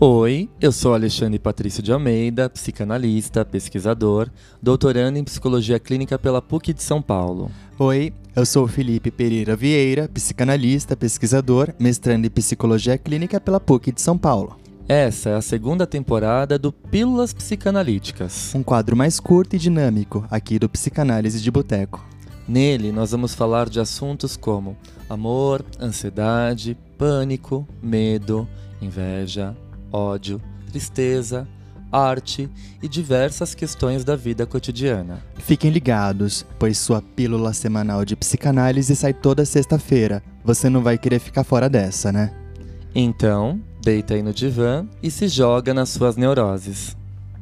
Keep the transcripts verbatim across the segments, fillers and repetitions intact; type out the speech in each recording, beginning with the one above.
Oi, eu sou Alexandre Patrício de Almeida, psicanalista, pesquisador, doutorando em Psicologia Clínica pela PUC de São Paulo. Oi, eu sou Felipe Pereira Vieira, psicanalista, pesquisador, mestrando em Psicologia Clínica pela PUC de São Paulo. Essa é a segunda temporada do Pílulas Psicanalíticas. Um quadro mais curto e dinâmico, aqui do Psicanálise de Boteco. Nele, nós vamos falar de assuntos como amor, ansiedade, pânico, medo, inveja, ódio, tristeza, arte e diversas questões da vida cotidiana. Fiquem ligados, pois sua pílula semanal de psicanálise sai toda sexta-feira. Você não vai querer ficar fora dessa, né? Então, deita aí no divã e se joga nas suas neuroses.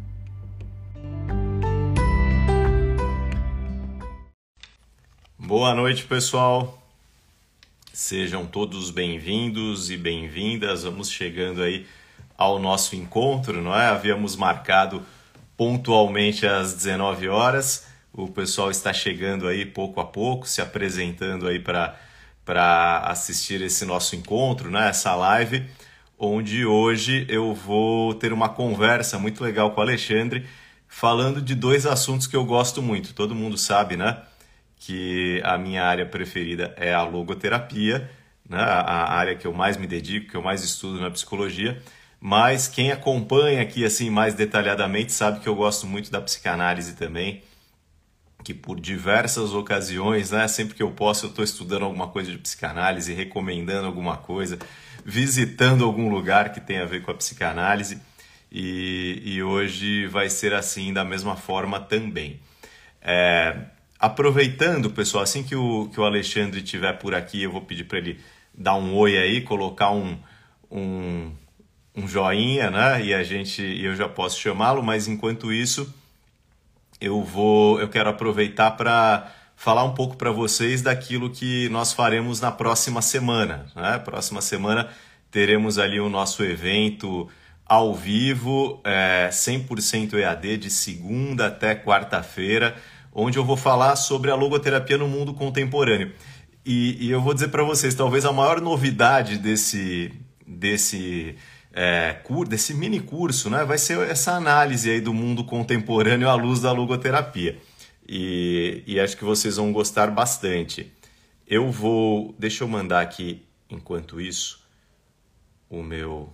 Boa noite, pessoal. Sejam todos bem-vindos e bem-vindas. Vamos chegando aí ao nosso encontro, não é? Havíamos marcado pontualmente às dezenove horas. O pessoal está chegando aí pouco a pouco, se apresentando aí para para assistir esse nosso encontro, né? Essa live, onde hoje eu vou ter uma conversa muito legal com o Alexandre, falando de dois assuntos que eu gosto muito. Todo mundo sabe, né? Que a minha área preferida é a logoterapia, né? A área que eu mais me dedico, que eu mais estudo na psicologia. Mas quem acompanha aqui assim mais detalhadamente sabe que eu gosto muito da psicanálise também, que por diversas ocasiões, né, sempre que eu posso, eu estou estudando alguma coisa de psicanálise, recomendando alguma coisa, visitando algum lugar que tenha a ver com a psicanálise, e, e hoje vai ser assim da mesma forma também. É, aproveitando, pessoal, assim que o, que o Alexandre estiver por aqui, eu vou pedir para ele dar um oi aí, colocar um... um um joinha, né? E a gente, eu já posso chamá-lo, mas enquanto isso, eu vou, eu quero aproveitar para falar um pouco para vocês daquilo que nós faremos na próxima semana, né? Próxima semana teremos ali o nosso evento ao vivo, é, cem por cento E A D, de segunda até quarta-feira, onde eu vou falar sobre a logoterapia no mundo contemporâneo. E, e eu vou dizer para vocês, talvez a maior novidade desse desse É, desse mini curso, né, vai ser essa análise aí do mundo contemporâneo à luz da logoterapia. E, e acho que vocês vão gostar bastante. Eu vou... Deixa eu mandar aqui, enquanto isso, o meu,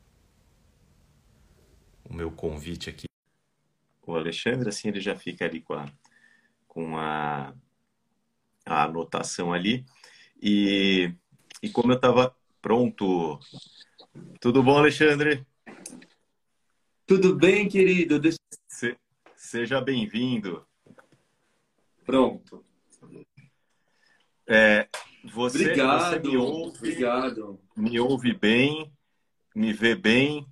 o meu convite aqui. O Alexandre, assim, ele já fica ali com a, com a, a anotação ali. E, e como eu estava pronto... Tudo bom, Alexandre? Tudo bem, querido? Deixa... Se, seja bem-vindo. Pronto. É, você, obrigado, você me ouve, obrigado. Me ouve bem, me vê bem?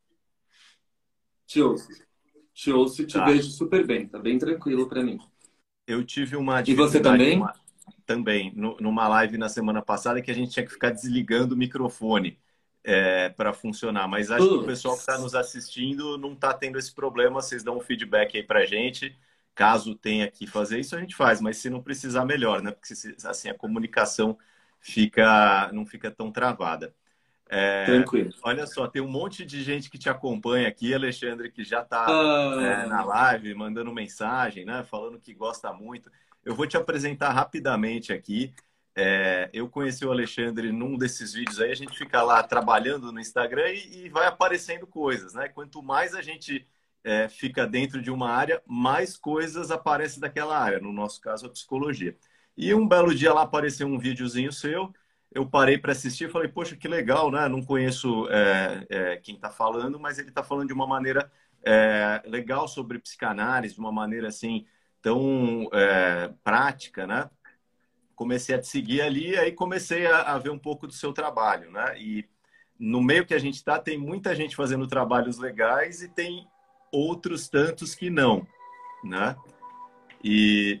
Te ouço. Te ouço e te Tá. vejo super bem. Tá bem tranquilo para mim. Eu tive uma E você dificuldade também? numa, também no, numa live na semana passada que a gente tinha que ficar desligando o microfone é, para funcionar. Mas acho que o pessoal que está nos assistindo não está tendo esse problema. Vocês dão um feedback aí para gente. Caso tenha que fazer isso, a gente faz. Mas se não precisar, melhor, né? Porque assim a comunicação fica, não fica tão travada. É, Tranquilo. olha só, tem um monte de gente que te acompanha aqui, Alexandre, que já está Ah, é, na live, mandando mensagem, né? Falando que gosta muito. Eu vou te apresentar rapidamente aqui. É, eu conheci o Alexandre num desses vídeos aí, a gente fica lá trabalhando no Instagram e, e vai aparecendo coisas, né? Quanto mais a gente é, fica dentro de uma área, mais coisas aparecem daquela área, no nosso caso, a psicologia. E um belo dia lá apareceu um videozinho seu, eu parei para assistir e falei, poxa, que legal, né? Não conheço é, é, quem está falando, mas ele está falando de uma maneira é, legal sobre psicanálise, de uma maneira assim tão é, prática, né? Comecei a te seguir ali, aí comecei a, a ver um pouco do seu trabalho, né? E no meio que a gente está, tem muita gente fazendo trabalhos legais e tem outros tantos que não, né? E...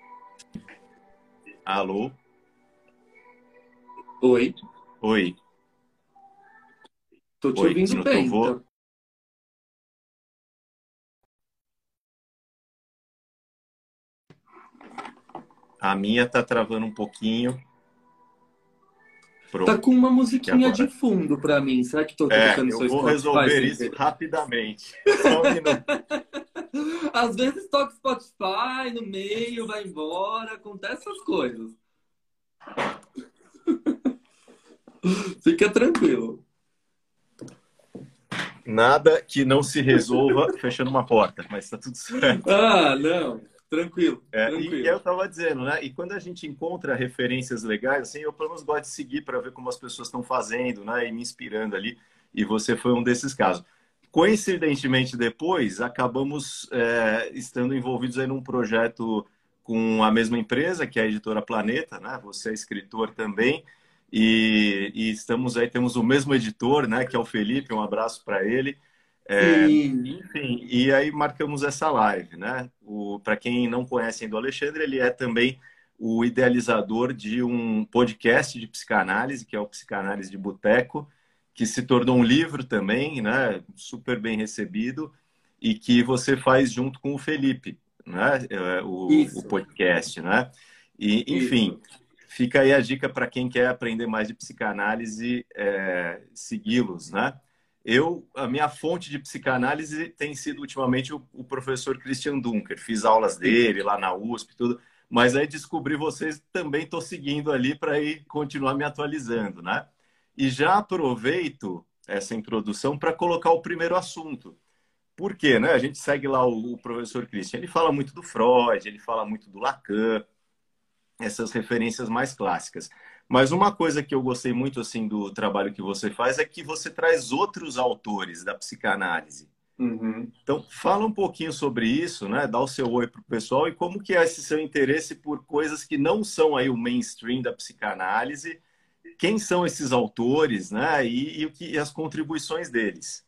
Alô? oi. Oi. Tô te Oi, ouvindo notou? bem. Vou... Tá? A minha tá travando um pouquinho. Pronto. Tá com uma Que musiquinha de agora. fundo pra mim. Será que tô, tô É, tocando eu seu vou Spotify resolver sem isso querer? rapidamente. Só um minuto. Às vezes toca Spotify no meio, vai embora, acontece essas coisas. Fica tranquilo. Nada que não se resolva fechando uma porta, mas tá tudo certo. Ah, não. Tranquilo, É, e, e eu tranquilo. estava dizendo, né? E quando a gente encontra referências legais, assim, eu pelo menos gosto de seguir para ver como as pessoas estão fazendo, né? E me inspirando ali. E você foi um desses casos. Coincidentemente, depois, acabamos é, estando envolvidos aí num projeto com a mesma empresa, que é a Editora Planeta, né? Você é escritor também. E, e estamos aí, temos o mesmo editor, né? Que é o Felipe, um abraço para ele. É, Sim. enfim, e aí marcamos essa live, né? O, para quem não conhece ainda o Alexandre, ele é também o idealizador de um podcast de psicanálise, que é o Psicanálise de Boteco, que se tornou um livro também, né? Super bem recebido, e que você faz junto com o Felipe, né? É, O, o Isso, podcast, né? E, enfim, isso. fica aí a dica para quem quer aprender mais de psicanálise, é, segui-los, né? Eu, a minha fonte de psicanálise tem sido ultimamente o, o professor Christian Dunker. Fiz aulas dele lá na U S P, tudo. Mas aí descobri vocês, também estou seguindo ali para ir continuar me atualizando, né? E já aproveito essa introdução para colocar o primeiro assunto. Por quê, né? A gente segue lá o, o professor Christian. Ele fala muito do Freud, ele fala muito do Lacan, essas referências mais clássicas. Mas uma coisa que eu gostei muito assim do trabalho que você faz é que você traz outros autores da psicanálise. Uhum. Então, fala um pouquinho sobre isso, né? Dá o seu oi para o pessoal e como que é esse seu interesse por coisas que não são aí o mainstream da psicanálise. Quem são esses autores, né? E, e o que e as contribuições deles.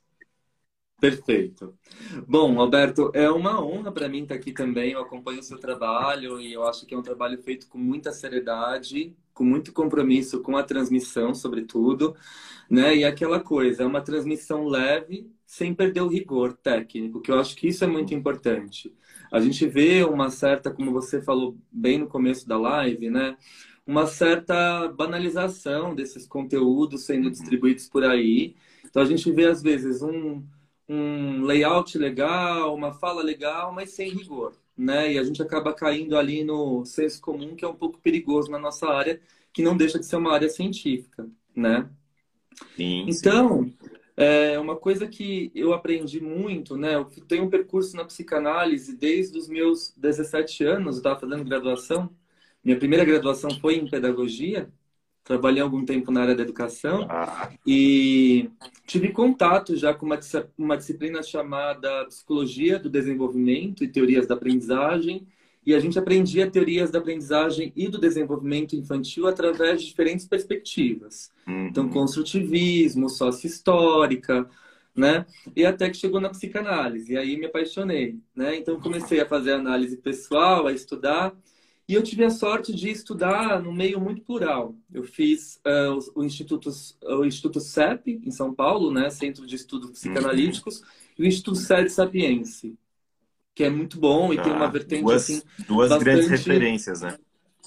Perfeito. Bom, Alberto, é uma honra para mim estar aqui também. Eu acompanho o seu trabalho e eu acho que é um trabalho feito com muita seriedade, com muito compromisso com a transmissão, sobretudo, né? E aquela coisa, é uma transmissão leve, sem perder o rigor técnico, que eu acho que isso é muito importante. A gente vê uma certa, como você falou bem no começo da live, né? Uma certa banalização desses conteúdos sendo distribuídos por aí. Então a gente vê às vezes um um layout legal, uma fala legal, mas sem rigor, né? E a gente acaba caindo ali no senso comum, que é um pouco perigoso na nossa área, que não deixa de ser uma área científica, né? Sim, sim. Então, é uma coisa que eu aprendi muito, né? Eu tenho um percurso na psicanálise desde os meus dezessete anos, eu estava fazendo graduação. Minha primeira graduação foi em pedagogia, trabalhei algum tempo na área da educação Ah, e tive contato já com uma, dis- uma disciplina chamada Psicologia do Desenvolvimento e Teorias da Aprendizagem. E a gente aprendia teorias da aprendizagem e do desenvolvimento infantil através de diferentes perspectivas. Então, uhum. construtivismo, sócio-histórica, né? E até que chegou na psicanálise. E aí me apaixonei, né? Então, comecei a fazer análise pessoal, a estudar. E eu tive a sorte de estudar no meio muito plural. Eu fiz uh, o, o, Instituto, o Instituto C E P, em São Paulo, né? Centro de Estudos Uhum. Psicanalíticos, e o Instituto Sede Sapiense, que é muito bom e tem uma Ah, vertente, assim, duas, duas grandes bastante... referências, né?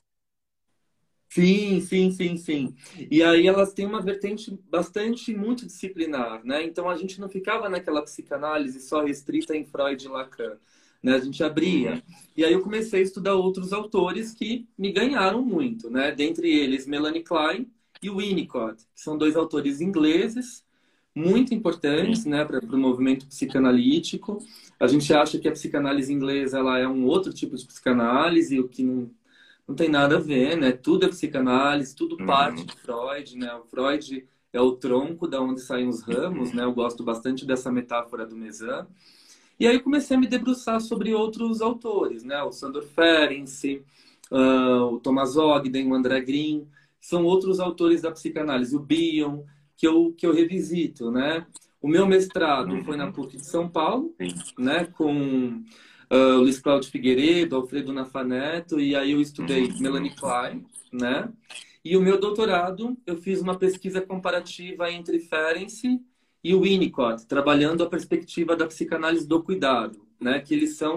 Sim, sim, sim, sim. E aí elas têm uma vertente bastante multidisciplinar, né? Então a gente não ficava naquela psicanálise só restrita em Freud e Lacan, né? A gente Uhum. abria. E aí eu comecei a estudar outros autores que me ganharam muito, né? Dentre eles Melanie Klein e Winnicott, que são dois autores ingleses muito importantes, Sim. né, para o movimento psicanalítico. A gente acha que a psicanálise inglesa ela é um outro tipo de psicanálise, o que não não tem nada a ver, né? Tudo é psicanálise, tudo parte Uhum. de Freud, né? O Freud é o tronco da onde saem os ramos, né? Eu gosto bastante dessa metáfora do Mezan. E aí eu comecei a me debruçar sobre outros autores, né? O Sandor Ferenczi, uh, o Thomas Ogden, o André Green, são outros autores da psicanálise. O Bion, que eu, que eu revisito, né? O meu mestrado foi na Uhum. PUC de São Paulo, Sim. né? Com uh, Luiz Cláudio Figueiredo, Alfredo Nafaneto, e aí eu estudei Uhum. Melanie Klein, né? E o meu doutorado, eu fiz uma pesquisa comparativa entre Ferenczi e o Winnicott, trabalhando a perspectiva da psicanálise do cuidado, né? Que eles são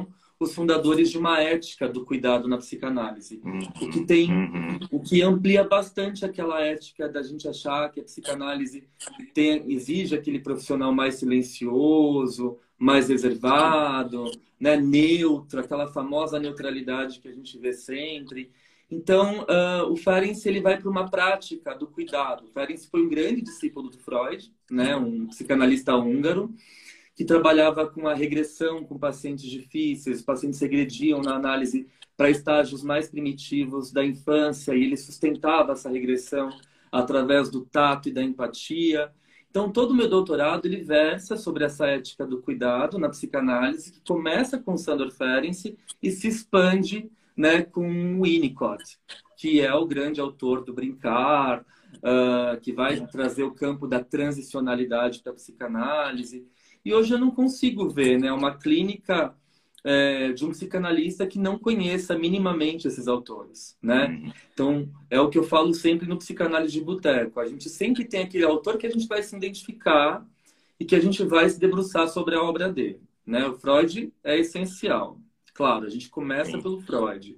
os fundadores de uma ética do cuidado na psicanálise. Uhum, o que tem, uhum. o que amplia bastante aquela ética da gente achar que a psicanálise tem, exige aquele profissional mais silencioso, mais reservado, né, neutro, aquela famosa neutralidade que a gente vê sempre. Então, uh, o Ferenczi ele vai para uma prática do cuidado. O Ferenczi foi um grande discípulo do Freud, né, um psicanalista húngaro, que trabalhava com a regressão com pacientes difíceis, os pacientes regrediam na análise para estágios mais primitivos da infância, e ele sustentava essa regressão através do tato e da empatia. Então, todo o meu doutorado ele versa sobre essa ética do cuidado na psicanálise, que começa com Sándor Ferenczi e se expande, né, com o Winnicott, que é o grande autor do Brincar, uh, que vai trazer o campo da transicionalidade para a psicanálise. E hoje eu não consigo ver, né, uma clínica é, de um psicanalista que não conheça minimamente esses autores, né? Então, é o que eu falo sempre no Psicanálise de Boteco. A gente sempre tem aquele autor que a gente vai se identificar e que a gente vai se debruçar sobre a obra dele, né? O Freud é essencial. Claro, a gente começa pelo Freud.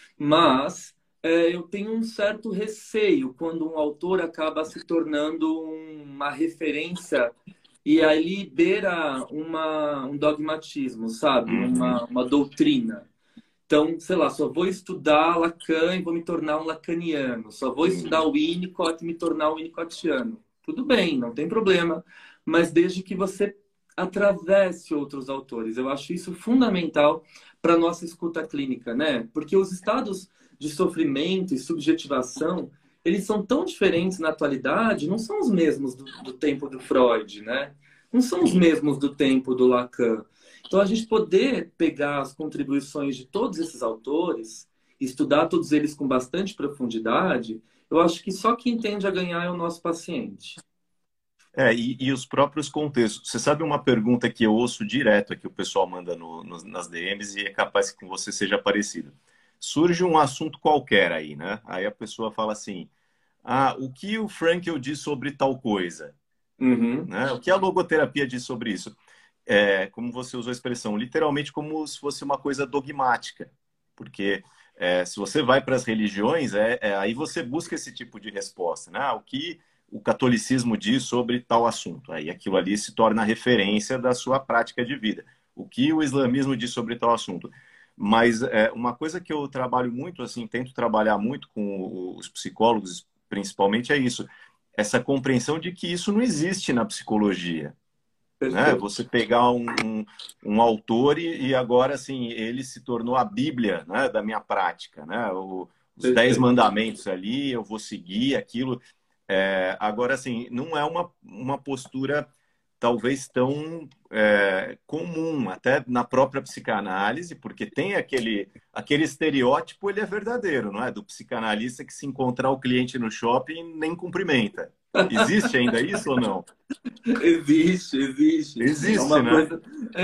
Mas é, eu tenho um certo receio quando um autor acaba se tornando uma referência e aí beira uma, um dogmatismo, sabe? Uma, uma doutrina. Então, sei lá, só vou estudar Lacan e vou me tornar um lacaniano. Só vou estudar o Winnicott e me tornar um winnicottiano. Tudo bem, não tem problema. Mas desde que você atravesse outros autores. Eu acho isso fundamental para a nossa escuta clínica, né? Porque os estados de sofrimento e subjetivação, eles são tão diferentes na atualidade, não são os mesmos do, do tempo do Freud, né? Não são os mesmos do tempo do Lacan. Então, a gente poder pegar as contribuições de todos esses autores, estudar todos eles com bastante profundidade, eu acho que só quem tende a ganhar é o nosso paciente. É, e, e os próprios contextos. Você sabe uma pergunta que eu ouço direto aqui, o pessoal manda no, no, nas D Ms e é capaz que com você seja parecido. Surge um assunto qualquer aí, né? Aí a pessoa fala assim, ah, o que o Frankl diz sobre tal coisa? Uhum. Né? O que a logoterapia diz sobre isso? É, como você usou a expressão, literalmente como se fosse uma coisa dogmática. Porque é, se você vai para as religiões, é, é, aí você busca esse tipo de resposta. Né? Ah, o que o catolicismo diz sobre tal assunto? Aí aquilo ali se torna referência da sua prática de vida. O que o islamismo diz sobre tal assunto? Mas é, uma coisa que eu trabalho muito, assim, tento trabalhar muito com os psicólogos, principalmente, é isso. Essa compreensão de que isso não existe na psicologia. Né? Você pegar um, um, um autor e, e agora, assim, ele se tornou a Bíblia, né, da minha prática. Né? O, os Perfeito. Dez Mandamentos ali, eu vou seguir aquilo. É, agora, assim, não é uma, uma postura talvez tão é, comum, até na própria psicanálise, porque tem aquele, aquele estereótipo, ele é verdadeiro, não é? Do psicanalista que se encontrar o cliente no shopping nem cumprimenta. Existe ainda isso ou não? Existe, existe. Existe, é uma né? Coisa...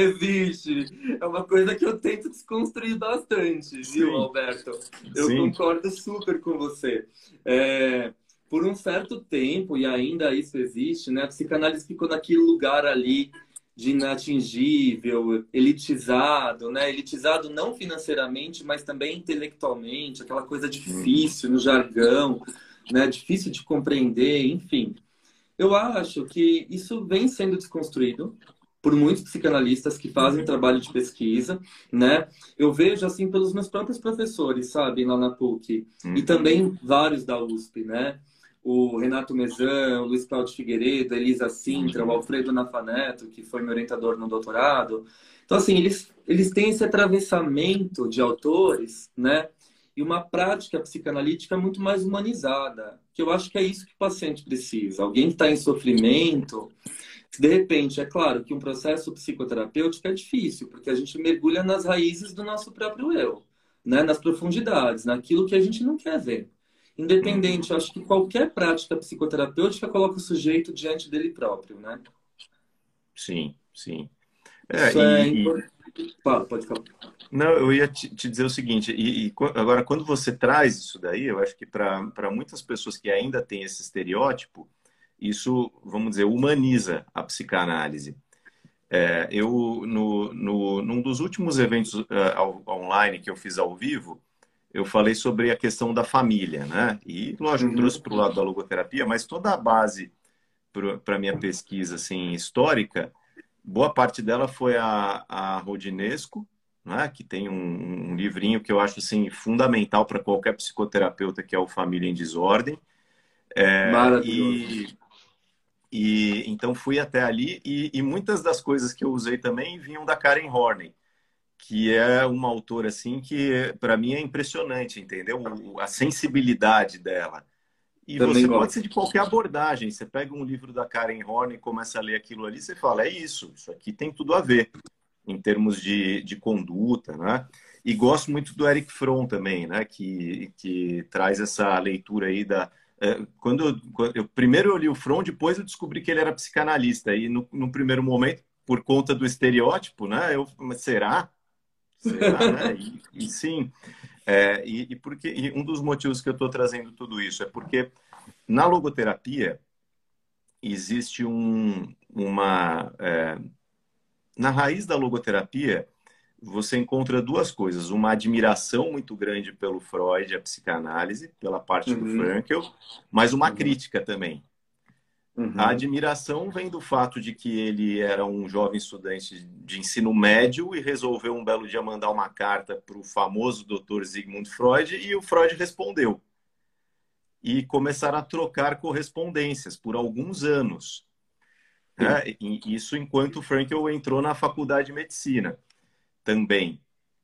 Existe. É uma coisa que eu tento desconstruir bastante, viu, Sim. Alberto? Eu Sim. concordo super com você. É... Por um certo tempo, e ainda isso existe, né? A psicanálise ficou naquele lugar ali de inatingível, elitizado, né? Elitizado não financeiramente, mas também intelectualmente, aquela coisa difícil no jargão, né? Difícil de compreender, enfim. Eu acho que isso vem sendo desconstruído por muitos psicanalistas que fazem trabalho de pesquisa, né? Eu vejo assim pelos meus próprios professores, sabe, lá na PUC, e também vários da U S P, né? O Renato Mezan, o Luiz Cláudio Figueiredo, a Elisa Sintra, o Alfredo Nafaneto, que foi meu orientador no doutorado. Então, assim, eles, eles têm esse atravessamento de autores, né? E uma prática psicanalítica muito mais humanizada, que eu acho que é isso que o paciente precisa. Alguém que está em sofrimento, de repente, é claro que um processo psicoterapêutico é difícil, porque a gente mergulha nas raízes do nosso próprio eu, né? Nas profundidades, naquilo que a gente não quer ver. Independente, eu acho que qualquer prática psicoterapêutica coloca o sujeito diante dele próprio, né? Sim, sim. É, Isso e, é e... importante. Fala, pode falar. Não, eu ia te, te dizer o seguinte, e, e agora quando você traz isso daí, eu acho que para muitas pessoas que ainda têm esse estereótipo, isso, vamos dizer, humaniza a psicanálise. É, eu, no, no, num dos últimos eventos uh, ao- online que eu fiz ao vivo, eu falei sobre a questão da família, né? E, lógico, trouxe Uhum. para o lado da logoterapia, mas toda a base para a minha pesquisa assim, histórica, boa parte dela foi a, a Rodinesco, né? Que tem um, um livrinho que eu acho assim, fundamental para qualquer psicoterapeuta, que é o Família em Desordem. É, Maravilhoso. e, e então fui até ali e, e muitas das coisas que eu usei também vinham da Karen Horney, que é uma autora assim que para mim é impressionante, entendeu? O- A sensibilidade dela. E Também você pode ser gosto. de qualquer abordagem. Você pega um livro da Karen Horney e começa a ler aquilo ali, você fala, é isso, isso aqui tem tudo a ver em termos de, de conduta, né? E gosto muito do Eric Fromm também, né? Que, que traz essa leitura aí da... é, Quando, eu, quando eu primeiro eu li o Fromm, depois eu descobri que ele era psicanalista. E no, no primeiro momento, por conta do estereótipo, né? Eu, mas será? Será, né? E, e sim, é, e, e porque e um dos motivos que eu estou trazendo tudo isso é porque na logoterapia existe um, uma é, na raiz da logoterapia você encontra duas coisas: uma admiração muito grande pelo Freud, a psicanálise, pela parte do Uhum. Frankl, mas uma Uhum. crítica também. A Uhum. admiração vem do fato de que ele era um jovem estudante de ensino médio e resolveu um belo dia mandar uma carta para o famoso doutor Sigmund Freud, e o Freud respondeu. E começaram a trocar correspondências por alguns anos, Sim. né? E isso enquanto o Frankl entrou na faculdade de medicina também.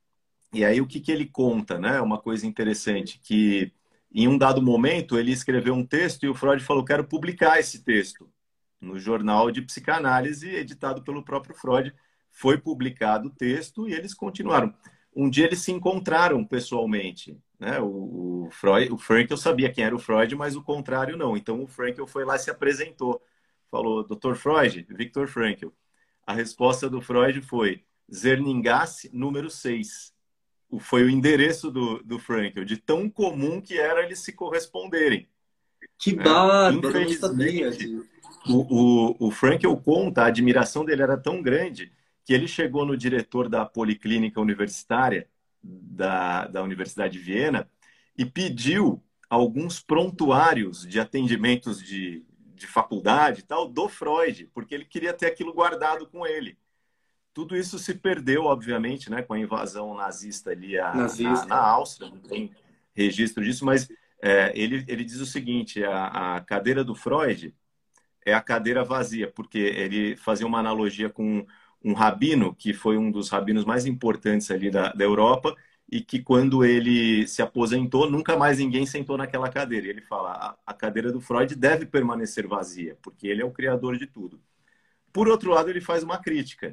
E aí o que, que ele conta, né? Uma coisa interessante, que em um dado momento ele escreveu um texto e o Freud falou, quero publicar esse texto no jornal de psicanálise editado pelo próprio Freud. Foi publicado o texto e eles continuaram. Um dia eles se encontraram pessoalmente, né? O, o Freud, o Frankl sabia quem era o Freud, mas o contrário não. Então o Frankl foi lá e se apresentou. Falou, doutor Freud, Viktor Frankl. A resposta do Freud foi Zerningasse número seis. Foi o endereço do, do Frankl, de tão comum que era eles se corresponderem, Que né? bárbaro, eu não sabia Infelizmente, disso. o, o, o Frankl conta, a admiração dele era tão grande que ele chegou no diretor da Policlínica Universitária da, da Universidade de Viena e pediu alguns prontuários de atendimentos de, de faculdade e tal do Freud, porque ele queria ter aquilo guardado com ele. Tudo isso se perdeu, obviamente, né, com a invasão nazista ali a, na, na Nazista. Áustria, não tem registro disso, mas é, ele, ele diz o seguinte, a, a cadeira do Freud é a cadeira vazia, porque ele fazia uma analogia com um rabino, que foi um dos rabinos mais importantes ali da, da Europa, e que quando ele se aposentou, nunca mais ninguém sentou naquela cadeira. E ele fala, a, a cadeira do Freud deve permanecer vazia, porque ele é o criador de tudo. Por outro lado, ele faz uma crítica.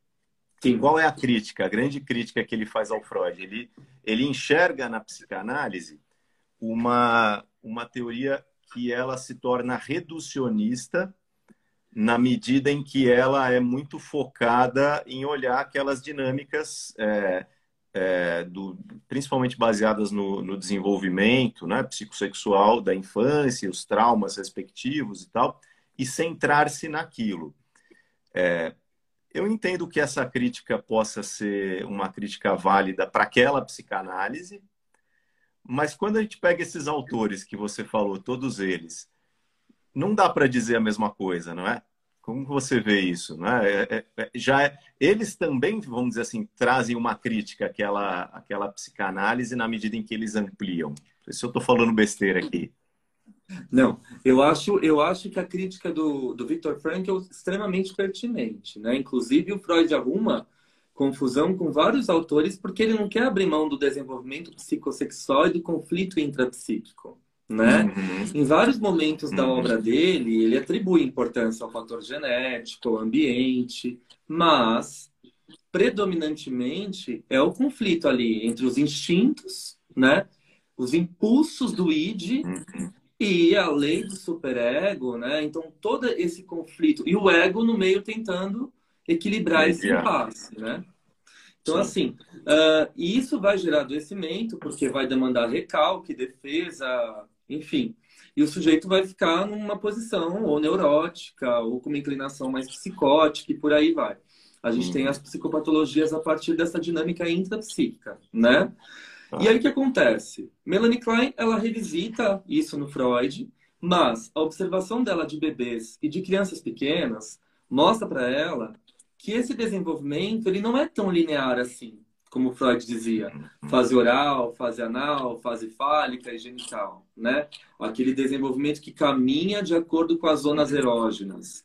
E Sim. qual é a crítica? A grande crítica que ele faz ao Freud? Ele, ele enxerga na psicanálise uma, uma teoria que ela se torna reducionista na medida em que ela é muito focada em olhar aquelas dinâmicas, é, é, do, principalmente baseadas no, no desenvolvimento, né, psicossexual da infância, os traumas respectivos e tal, e centrar-se naquilo. É, eu entendo que essa crítica possa ser uma crítica válida para aquela psicanálise, mas quando a gente pega esses autores que você falou, todos eles, não dá para dizer a mesma coisa, não é? Como você vê isso? Não é? É, é, é, já é, eles também, vamos dizer assim, trazem uma crítica àquela, àquela psicanálise na medida em que eles ampliam. Não sei se eu estou falando besteira aqui. Não, eu acho, eu acho que a crítica do, do Viktor Frankl é extremamente pertinente, né? Inclusive, o Freud arruma confusão com vários autores porque ele não quer abrir mão do desenvolvimento psicossexual e do conflito intrapsíquico, né? Uhum. Em vários momentos da Uhum. obra dele, ele atribui importância ao fator genético, ao ambiente, mas predominantemente é o conflito ali entre os instintos, né? Os impulsos do id Uhum. e a lei do superego, né? Então, todo esse conflito. E o ego no meio tentando equilibrar esse Mediar. impasse, né? Então, Sim. assim, uh, e isso vai gerar adoecimento, porque vai demandar recalque, defesa, enfim. E o sujeito vai ficar numa posição ou neurótica, ou com uma inclinação mais psicótica, e por aí vai. A gente tem Uhum. as psicopatologias a partir dessa dinâmica intrapsíquica, né? Tá. E aí o que acontece? Melanie Klein, ela revisita isso no Freud, mas a observação dela de bebês e de crianças pequenas mostra para ela que esse desenvolvimento ele não é tão linear assim, como Freud dizia, fase oral, fase anal, fase fálica e genital, né? Aquele desenvolvimento que caminha de acordo com as zonas erógenas.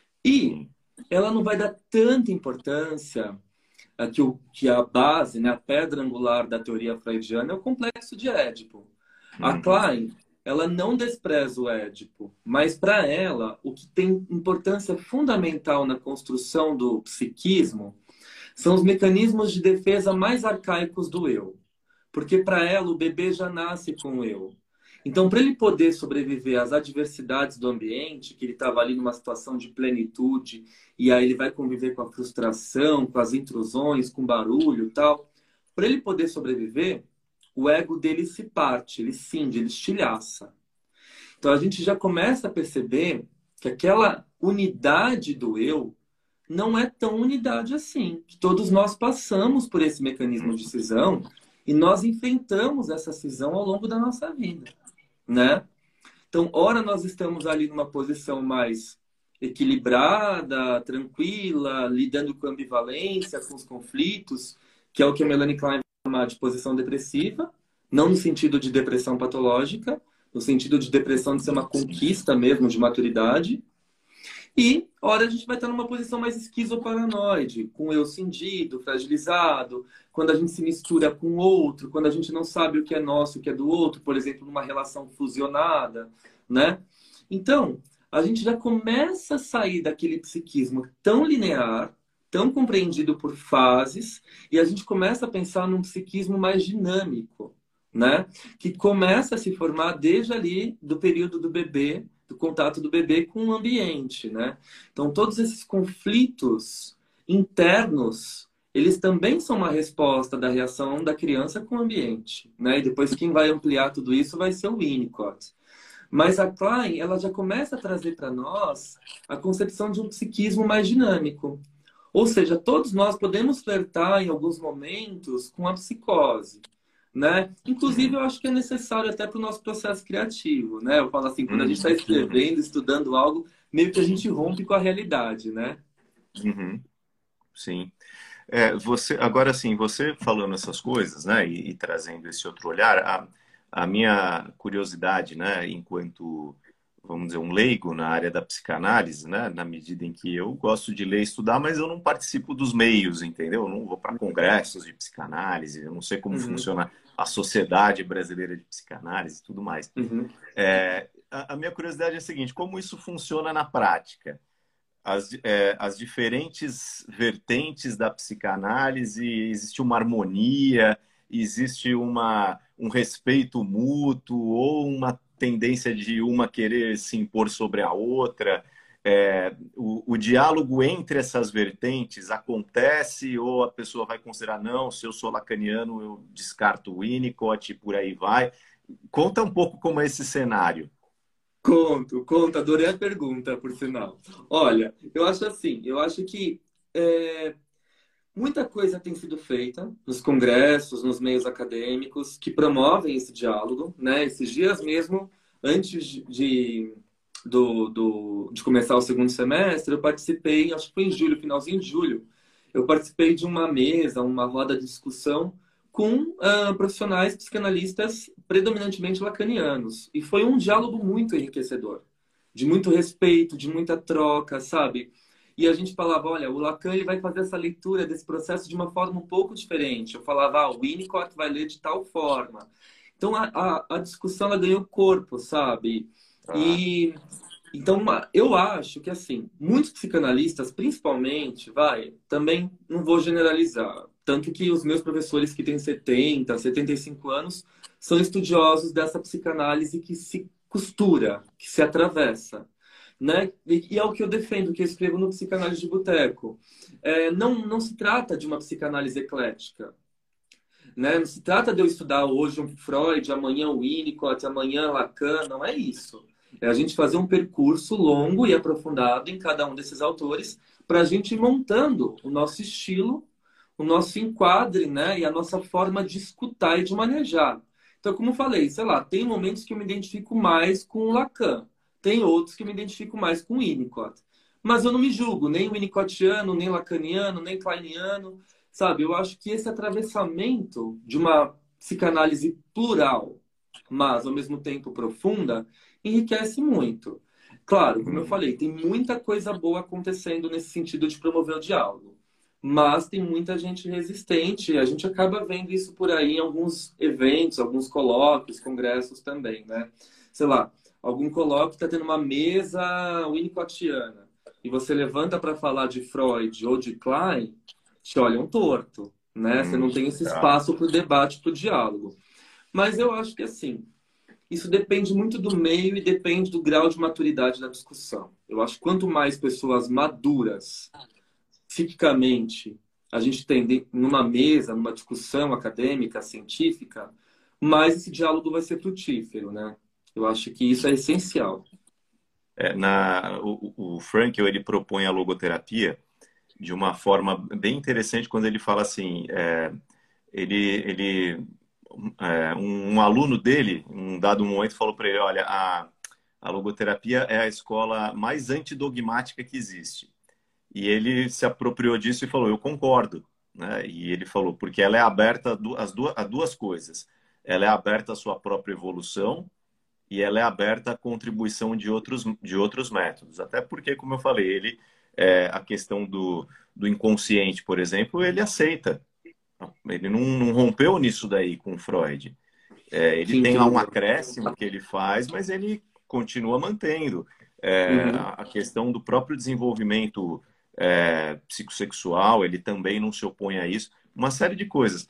E ela não vai dar tanta importância a que, o, que a base, né, a pedra angular da teoria freudiana é o complexo de Édipo. A Uhum. Klein, ela não despreza o Édipo, mas para ela, o que tem importância fundamental na construção do psiquismo são os mecanismos de defesa mais arcaicos do eu. Porque para ela, o bebê já nasce com o eu. Então, para ele poder sobreviver às adversidades do ambiente, que ele estava ali numa situação de plenitude, e aí ele vai conviver com a frustração, com as intrusões, com barulho e tal, para ele poder sobreviver, o ego dele se parte, ele cinge, ele estilhaça. Então, a gente já começa a perceber que aquela unidade do eu não é tão unidade assim, que todos nós passamos por esse mecanismo de cisão e nós enfrentamos essa cisão ao longo da nossa vida, né? Então, ora nós estamos ali numa posição mais equilibrada, tranquila, lidando com a ambivalência, com os conflitos, que é o que a Melanie Klein vai chamar de posição depressiva, não no sentido de depressão patológica, no sentido de depressão de ser uma conquista mesmo de maturidade. E, ora, a gente vai estar numa posição mais esquizoparanoide, com o eu cindido, fragilizado, quando a gente se mistura com o outro, quando a gente não sabe o que é nosso e o que é do outro, por exemplo, numa relação fusionada, né? Então, a gente já começa a sair daquele psiquismo tão linear, tão compreendido por fases, e a gente começa a pensar num psiquismo mais dinâmico, né? Que começa a se formar desde ali do período do bebê, do contato do bebê com o ambiente, né? Então, todos esses conflitos internos, eles também são uma resposta da reação da criança com o ambiente, né? E depois quem vai ampliar tudo isso vai ser o Winnicott. Mas a Klein, ela já começa a trazer para nós a concepção de um psiquismo mais dinâmico. Ou seja, todos nós podemos flertar em alguns momentos com a psicose, né? Inclusive, eu acho que é necessário até para o nosso processo criativo, né? Eu falo assim, quando a gente está escrevendo, estudando algo, meio que a gente rompe com a realidade, né? Uhum. Sim. É, você, agora, assim, você falando essas coisas, né, e, e trazendo esse outro olhar, a, a minha curiosidade, né, enquanto, vamos dizer, um leigo na área da psicanálise, né, na medida em que eu gosto de ler e estudar, mas eu não participo dos meios, entendeu? Eu não vou para congressos de psicanálise, eu não sei como Uhum. funciona a Sociedade Brasileira de Psicanálise e tudo mais. Uhum. É, a, a minha curiosidade é a seguinte, como isso funciona na prática? As, é, as diferentes vertentes da psicanálise, existe uma harmonia, existe uma, um respeito mútuo ou uma tendência de uma querer se impor sobre a outra. É, o, o diálogo entre essas vertentes acontece ou a pessoa vai considerar, não, se eu sou lacaniano, eu descarto o Winnicott e por aí vai. Conta um pouco como é esse cenário. Conto, conto, adorei a pergunta, por sinal. Olha, eu acho assim, eu acho que é, muita coisa tem sido feita nos congressos, nos meios acadêmicos, que promovem esse diálogo, né? Esses dias mesmo, antes de, do, do, de começar o segundo semestre, eu participei, acho que foi em julho, finalzinho de julho, eu participei de uma mesa, uma roda de discussão com uh, profissionais psicanalistas predominantemente lacanianos. E foi um diálogo muito enriquecedor, de muito respeito, de muita troca, sabe? E a gente falava, olha, o Lacan ele vai fazer essa leitura desse processo de uma forma um pouco diferente. Eu falava, ah, o Winnicott vai ler de tal forma. Então, a, a, a discussão ela ganhou corpo, sabe? Ah. E... Então, eu acho que, assim, muitos psicanalistas, principalmente, vai, também não vou generalizar, tanto que os meus professores que têm setenta, setenta e cinco anos são estudiosos dessa psicanálise que se costura, que se atravessa, né? E, e é o que eu defendo, que eu escrevo no Psicanálise de Boteco. É, não, não se trata de uma psicanálise eclética, né? Não se trata de eu estudar hoje um Freud, amanhã o Winnicott, amanhã Lacan, não é isso. É a gente fazer um percurso longo e aprofundado em cada um desses autores para a gente ir montando o nosso estilo, o nosso enquadre, né? E a nossa forma de escutar e de manejar. Então, como eu falei, sei lá, tem momentos que eu me identifico mais com o Lacan, tem outros que eu me identifico mais com o Winnicott. Mas eu não me julgo, nem winnicottiano, nem lacaniano, nem kleiniano, sabe? Eu acho que esse atravessamento de uma psicanálise plural, mas ao mesmo tempo profunda, enriquece muito. Claro, como eu falei, tem muita coisa boa acontecendo nesse sentido de promover o diálogo. Mas tem muita gente resistente. A gente acaba vendo isso por aí em alguns eventos, alguns colóquios, congressos também, né? Sei lá, algum colóquio está tendo uma mesa winnicottiana e você levanta para falar de Freud ou de Klein, te olham torto, né? Você não tem esse espaço para o debate, para o diálogo. Mas eu acho que, assim, isso depende muito do meio e depende do grau de maturidade da discussão. Eu acho que quanto mais pessoas maduras, psiquicamente, a gente tem numa mesa, numa discussão acadêmica, científica, mais esse diálogo vai ser frutífero, né? Eu acho que isso é essencial. É, na, o, o Frankl, ele propõe a logoterapia de uma forma bem interessante quando ele fala assim, é, ele, ele é, um, um aluno dele, em um dado momento, falou para ele, olha, a, a logoterapia é a escola mais antidogmática que existe. E ele se apropriou disso e falou, eu concordo. Né? E ele falou, porque ela é aberta a duas, a duas coisas. Ela é aberta à sua própria evolução e ela é aberta à contribuição de outros, de outros métodos. Até porque, como eu falei, ele, é, a questão do, do inconsciente, por exemplo, ele aceita. Ele não, não rompeu nisso daí com Freud. É, ele Sim, tem lá um acréscimo que ele faz, mas ele continua mantendo. É, uhum. A questão do próprio desenvolvimento é, psicossexual, ele também não se opõe a isso. Uma série de coisas.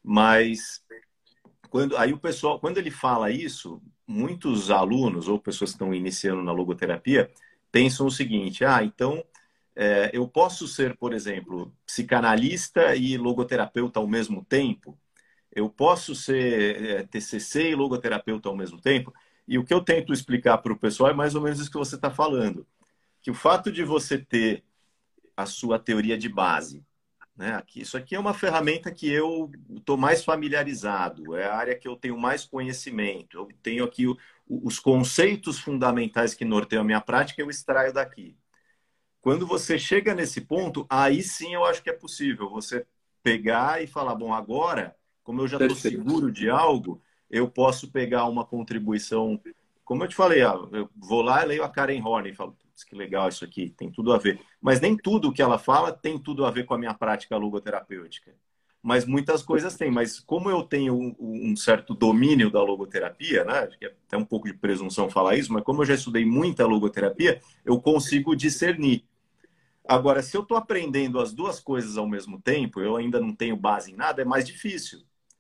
Mas quando, aí o pessoal, quando ele fala isso, muitos alunos ou pessoas que estão iniciando na logoterapia pensam o seguinte, ah, então é, eu posso ser, por exemplo, psicanalista e logoterapeuta ao mesmo tempo? Eu posso ser é, T C C e logoterapeuta ao mesmo tempo? E o que eu tento explicar para o pessoal é mais ou menos isso que você está falando. Que o fato de você ter a sua teoria de base, né? Aqui, isso aqui é uma ferramenta que eu estou mais familiarizado, é a área que eu tenho mais conhecimento. Eu tenho aqui o, os conceitos fundamentais que norteiam a minha prática, eu extraio daqui. Quando você chega nesse ponto, aí sim eu acho que é possível você pegar e falar, bom, agora, como eu já estou seguro de algo, eu posso pegar uma contribuição. Como eu te falei, ó, eu vou lá e leio a Karen Horney e falo, putz, que legal isso aqui, tem tudo a ver. Mas nem tudo que ela fala tem tudo a ver com a minha prática logoterapêutica. Mas muitas coisas tem. Mas como eu tenho um, um certo domínio da logoterapia, né? Acho que é até um pouco de presunção falar isso, mas como eu já estudei muita logoterapia, eu consigo discernir. Agora, se eu estou aprendendo as duas coisas ao mesmo tempo, eu ainda não tenho base em nada, é mais difícil.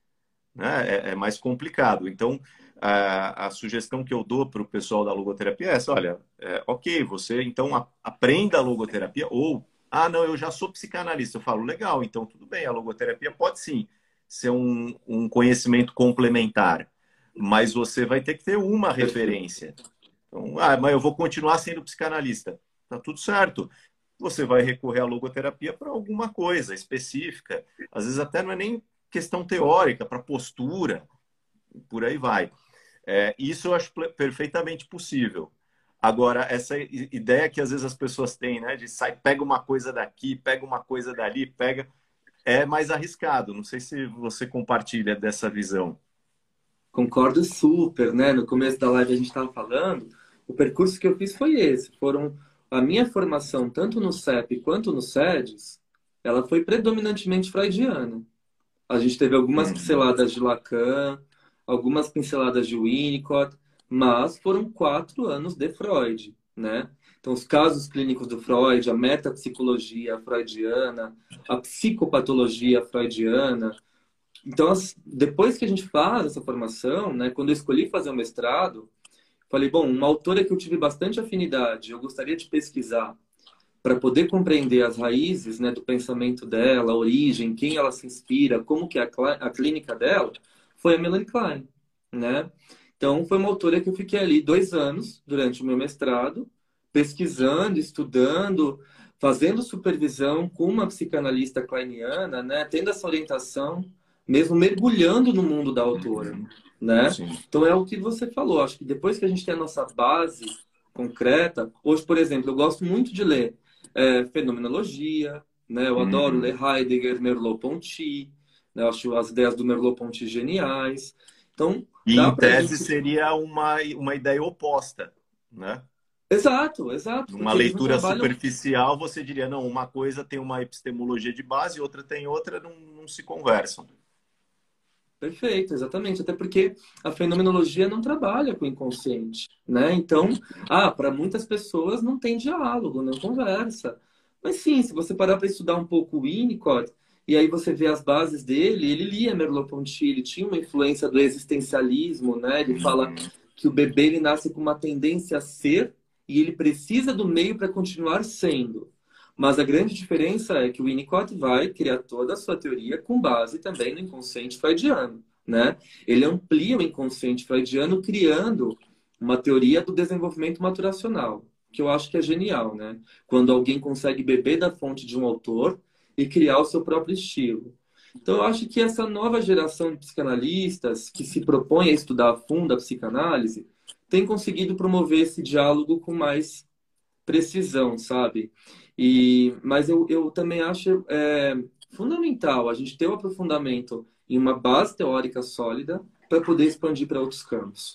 Né? É, é mais complicado. Então, a, a sugestão que eu dou para o pessoal da logoterapia é essa, olha, é, ok, você então a, aprenda a logoterapia, ou, ah, não, eu já sou psicanalista. Eu falo, legal, então tudo bem, a logoterapia pode sim ser um, um conhecimento complementar, mas você vai ter que ter uma referência. Então, ah, mas eu vou continuar sendo psicanalista. Tá tudo certo. Você vai recorrer à logoterapia para alguma coisa específica. Às vezes até não é nem questão teórica, para postura, por aí vai. É, isso eu acho perfeitamente possível. Agora, essa ideia que às vezes as pessoas têm, né, de sai, pega uma coisa daqui, pega uma coisa dali, pega, é mais arriscado. Não sei se você compartilha dessa visão. Concordo super, né? No começo da live a gente estava falando, o percurso que eu fiz foi esse. Foram a minha formação, tanto no C E P quanto no SEDES, ela foi predominantemente freudiana. A gente teve algumas pinceladas de Lacan, algumas pinceladas de Winnicott, mas foram quatro anos de Freud, né? Então, os casos clínicos do Freud, a metapsicologia freudiana, a psicopatologia freudiana. Então, as, depois que a gente faz essa formação, né, quando eu escolhi fazer o mestrado, falei, bom, uma autora que eu tive bastante afinidade, eu gostaria de pesquisar para poder compreender as raízes, né, do pensamento dela, a origem, quem ela se inspira, como que é a, a clínica dela, foi a Melanie Klein, né? Então, foi uma autora que eu fiquei ali dois anos durante o meu mestrado, pesquisando, estudando, fazendo supervisão com uma psicanalista kleiniana, né? Tendo essa orientação, mesmo mergulhando no mundo da autora, Uhum. né? Sim. Então, é o que você falou. Acho que depois que a gente tem a nossa base concreta, hoje, por exemplo, eu gosto muito de ler é, fenomenologia, né? Eu adoro Uhum. ler Heidegger, Merleau-Ponty, né? Eu acho as ideias do Merleau-Ponty geniais. Então, E dá em pra tese gente... seria uma, uma ideia oposta, né? Exato, exato, Numa porque eles não leitura trabalham... superficial, você diria, não, uma coisa tem uma epistemologia de base, outra tem outra, não, não se conversam. Perfeito, exatamente. Até porque a fenomenologia não trabalha com o inconsciente, né? Então, ah, para muitas pessoas não tem diálogo, não conversa. Mas sim, se você parar para estudar um pouco o Winnicott, e aí você vê as bases dele, ele lia Merleau-Ponty, ele tinha uma influência do existencialismo, né? Ele fala Uhum. que o bebê ele nasce com uma tendência a ser e ele precisa do meio para continuar sendo. Mas a grande diferença é que o Winnicott vai criar toda a sua teoria com base também no inconsciente freudiano, né? Ele amplia o inconsciente freudiano criando uma teoria do desenvolvimento maturacional, que eu acho que é genial, né? Quando alguém consegue beber da fonte de um autor e criar o seu próprio estilo. Então, eu acho que essa nova geração de psicanalistas que se propõe a estudar a fundo a psicanálise tem conseguido promover esse diálogo com mais precisão, sabe? E, mas eu, eu também acho é, fundamental a gente ter o aprofundamento em uma base teórica sólida para poder expandir para outros campos.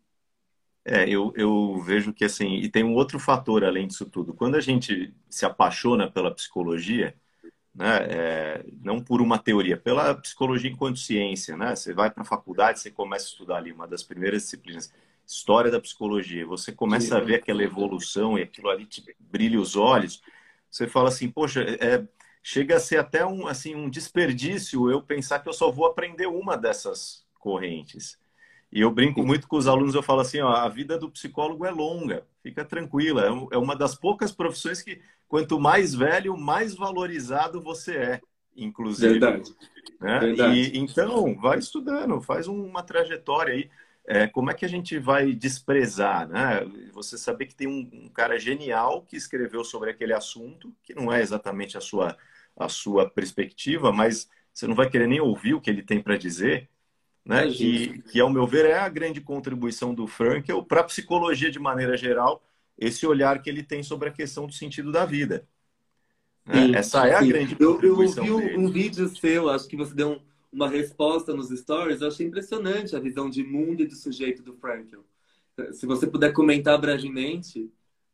É, eu, eu vejo que assim, e tem um outro fator além disso tudo. Quando a gente se apaixona pela psicologia, né, é, não por uma teoria, pela psicologia enquanto ciência, né? Você vai para a faculdade, você começa a estudar ali uma das primeiras disciplinas, história da psicologia, você começa a ver aquela evolução e aquilo ali te brilha os olhos. Você fala assim, poxa, é, chega a ser até um, assim, um desperdício eu pensar que eu só vou aprender uma dessas correntes. E eu brinco muito com os alunos, eu falo assim, ó, a vida do psicólogo é longa, fica tranquila, é uma das poucas profissões que quanto mais velho, mais valorizado você é, inclusive. Verdade, Né? verdade. E então, vai estudando, faz uma trajetória aí. É, como é que a gente vai desprezar, né? Você saber que tem um, um cara genial que escreveu sobre aquele assunto, que não é exatamente a sua, a sua perspectiva, mas você não vai querer nem ouvir o que ele tem para dizer, né? Imagina. Que, que, ao meu ver, é a grande contribuição do Frankl para a psicologia de maneira geral, esse olhar que ele tem sobre a questão do sentido da vida. Né? Sim, Essa é a sim. grande Eu, eu contribuição ouvi um, dele. um vídeo seu, acho que você deu um- uma resposta nos stories, eu achei impressionante a visão de mundo e de sujeito do Frankl. Se você puder comentar brevemente.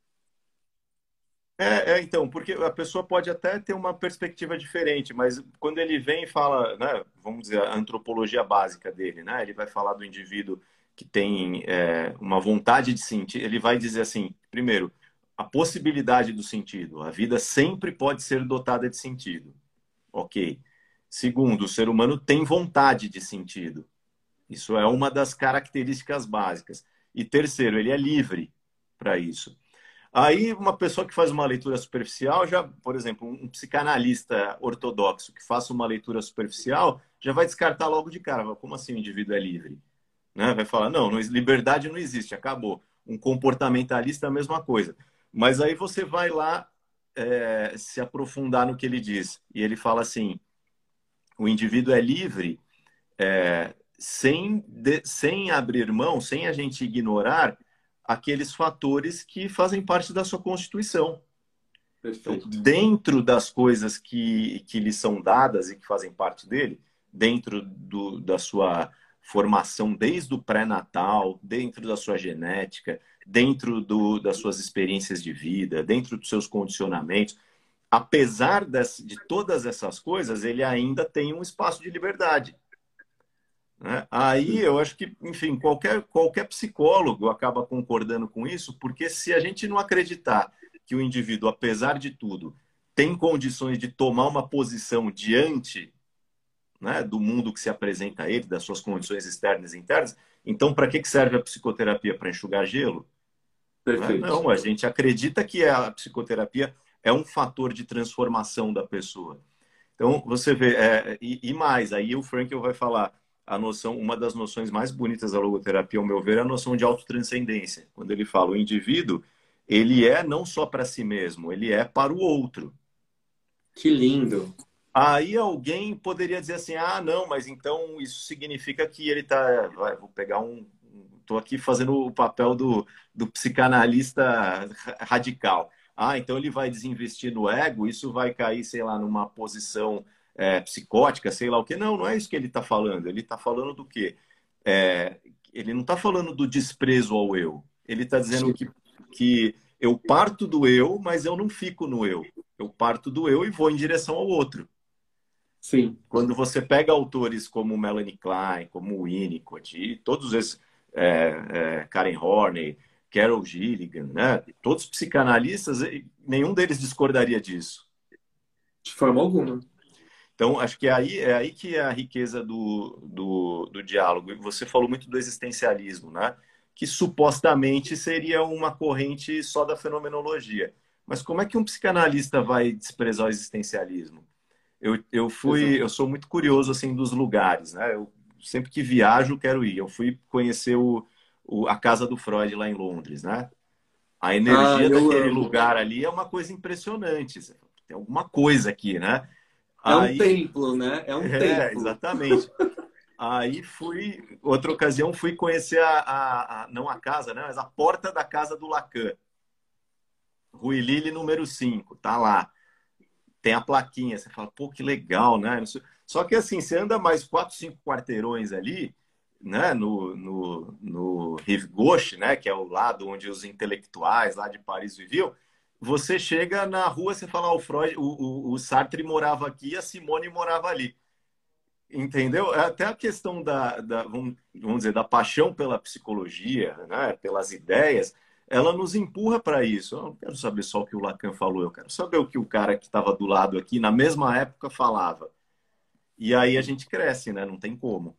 É, é, então, porque a pessoa pode até ter uma perspectiva diferente, mas quando ele vem e fala, né, vamos dizer, a antropologia básica dele, né, ele vai falar do indivíduo que tem é, uma vontade de sentir, ele vai dizer assim, primeiro, a possibilidade do sentido, a vida sempre pode ser dotada de sentido, ok. Segundo, o ser humano tem vontade de sentido, isso é uma das características básicas. E terceiro, ele é livre para isso. Aí, uma pessoa que faz uma leitura superficial, já, por exemplo, um psicanalista ortodoxo que faça uma leitura superficial, já vai descartar logo de cara. Como assim o indivíduo é livre? Né? Vai falar, não, não, liberdade não existe, acabou. Um comportamentalista é a mesma coisa. Mas aí você vai lá é, se aprofundar no que ele diz. E ele fala assim, o indivíduo é livre é, sem, de, sem abrir mão, sem a gente ignorar aqueles fatores que fazem parte da sua Constituição. Então, Perfeito. dentro das coisas que, que lhe são dadas e que fazem parte dele, dentro do, da sua formação desde o pré-natal, dentro da sua genética, dentro do, das suas experiências de vida, dentro dos seus condicionamentos, apesar desse, de todas essas coisas, ele ainda tem um espaço de liberdade. Né? Aí eu acho que, enfim, qualquer, qualquer psicólogo acaba concordando com isso, porque se a gente não acreditar que o indivíduo, apesar de tudo, tem condições de tomar uma posição diante, né, do mundo que se apresenta a ele, das suas condições externas e internas, então para que serve a psicoterapia? Para enxugar gelo? Né? Perfeito. Não, a gente acredita que a psicoterapia é um fator de transformação da pessoa. Então, você vê, é, e, e mais, aí o Frankl vai falar, a noção, uma das noções mais bonitas da logoterapia, ao meu ver, é a noção de autotranscendência. Quando ele fala o indivíduo, ele é não só para si mesmo, ele é para o outro. Que lindo. Aí alguém poderia dizer assim, ah, não, mas então isso significa que ele está... Vou pegar um... Estou aqui fazendo o papel do, do psicanalista radical. Ah, então ele vai desinvestir no ego, isso vai cair, sei lá, numa posição é, psicótica, sei lá o quê. Não, não é isso que ele está falando. Ele está falando do quê? É, ele não está falando do desprezo ao eu. Ele está dizendo que, que eu parto do eu, mas eu não fico no eu. Eu parto do eu e vou em direção ao outro. Sim. Quando você pega autores como Melanie Klein, como Winnicott, e todos esses, é, é, Karen Horney, Carol Gilligan, né? Todos psicanalistas, nenhum deles discordaria disso. De forma alguma. Então, acho que é aí, é aí que é a riqueza do, do, do diálogo. Você falou muito do existencialismo, né? Que supostamente seria uma corrente só da fenomenologia. Mas como é que um psicanalista vai desprezar o existencialismo? Eu, eu fui, eu sou muito curioso assim dos lugares, né? Eu sempre que viajo quero ir. Eu fui conhecer o, o, a casa do Freud lá em Londres, né? A energia ah, daquele amo. lugar ali é uma coisa impressionante. Tem alguma coisa aqui, né? É um Aí, templo, né? É um é, templo. exatamente. Aí fui, outra ocasião fui conhecer a, a, a não a casa, né? Mas a porta da casa do Lacan. Rue Lille número cinco, tá lá. Tem a plaquinha, você fala, pô, que legal, né? Só que assim, você anda mais quatro, cinco quarteirões ali, né? No, no, no Rive Gauche, né? Que é o lado onde os intelectuais lá de Paris viviam. Você chega na rua, você fala, oh, o Freud, o, o, o Sartre morava aqui e a Simone morava ali. Entendeu? Até a questão da, da vamos, vamos dizer, da paixão pela psicologia, né? Pelas ideias, ela nos empurra para isso. Eu não quero saber só o que o Lacan falou, eu quero saber o que o cara que estava do lado aqui, na mesma época, falava. E aí a gente cresce, né? Não tem como.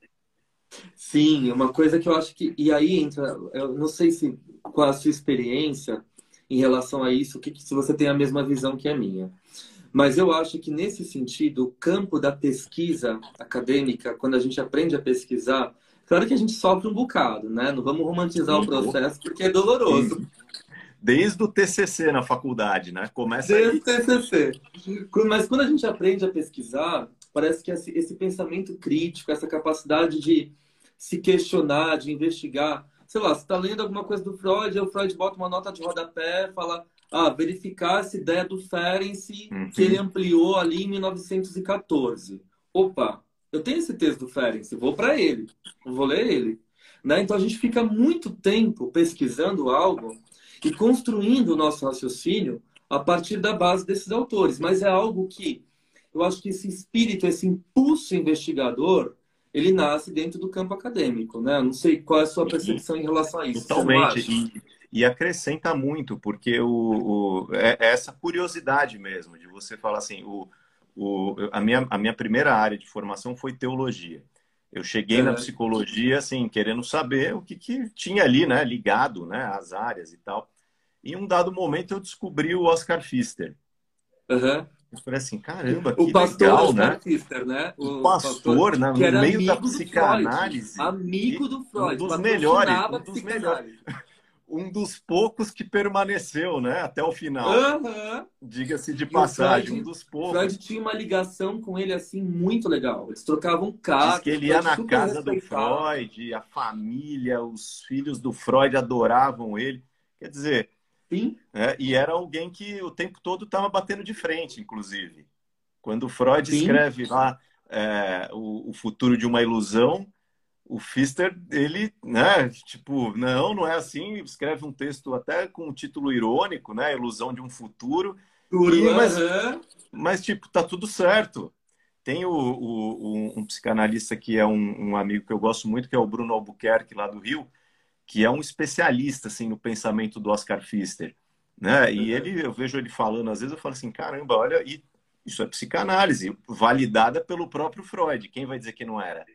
Sim, uma coisa que eu acho que... E aí entra... Eu não sei se qual a sua experiência em relação a isso, que, se você tem a mesma visão que a minha. Mas eu acho que, nesse sentido, o campo da pesquisa acadêmica, quando a gente aprende a pesquisar, claro que a gente sofre um bocado, né? Não vamos romantizar o processo, porque é doloroso. Desde o T C C na faculdade, né? Começa Desde aí. o T C C. Mas quando a gente aprende a pesquisar, parece que esse, esse pensamento crítico, essa capacidade de se questionar, de investigar... Sei lá, você está lendo alguma coisa do Freud, aí o Freud bota uma nota de rodapé, fala... Ah, verificar essa ideia do Ferenczi, Uhum. que ele ampliou ali em mil novecentos e quatorze. Opa, eu tenho esse texto do Ferenczi, vou para ele, vou ler ele. Né? Então a gente fica muito tempo pesquisando algo e construindo o nosso raciocínio a partir da base desses autores. Mas é algo que eu acho que esse espírito, esse impulso investigador, ele nasce dentro do campo acadêmico. Né? Eu não sei qual é a sua percepção em relação a isso. Totalmente. E, e acrescenta muito, porque o, o, é, é essa curiosidade mesmo, de você falar assim, o, o, a, minha, a minha primeira área de formação foi teologia. Eu cheguei é. na psicologia, assim, querendo saber o que, que tinha ali, né, ligado, né, às áreas e tal. E em um dado momento eu descobri o Oscar Pfister. Uhum. Eu falei assim, caramba, que o pastor legal, Oscar né? Pfister, né? O, o pastor, pastor, né, no meio da psicanálise. Amigo do Freud. Um dos melhores. Um dos melhores. Um dos poucos que permaneceu, né, até o final. Uhum. Diga-se de passagem, Freud, um dos poucos. Freud tinha uma ligação com ele, assim, muito legal. Eles trocavam cartas. Diz que ele ia na casa do Freud, a família, os filhos do Freud adoravam ele. Quer dizer... Sim. É, e era alguém que o tempo todo estava batendo de frente, inclusive. Quando o Freud Sim. escreve lá é, o, o Futuro de uma Ilusão, o Pfister, ele, né, tipo, não, não é assim, escreve um texto até com um título irônico, né, Ilusão de um Futuro, e, mas, mas, tipo, tá tudo certo. Tem o, o, um, um psicanalista que é um, um amigo que eu gosto muito, que é o Bruno Albuquerque, lá do Rio, que é um especialista, assim, no pensamento do Oscar Pfister, né, e ele, eu vejo ele falando, às vezes eu falo assim, caramba, olha, e isso é psicanálise, validada pelo próprio Freud, quem vai dizer que não era?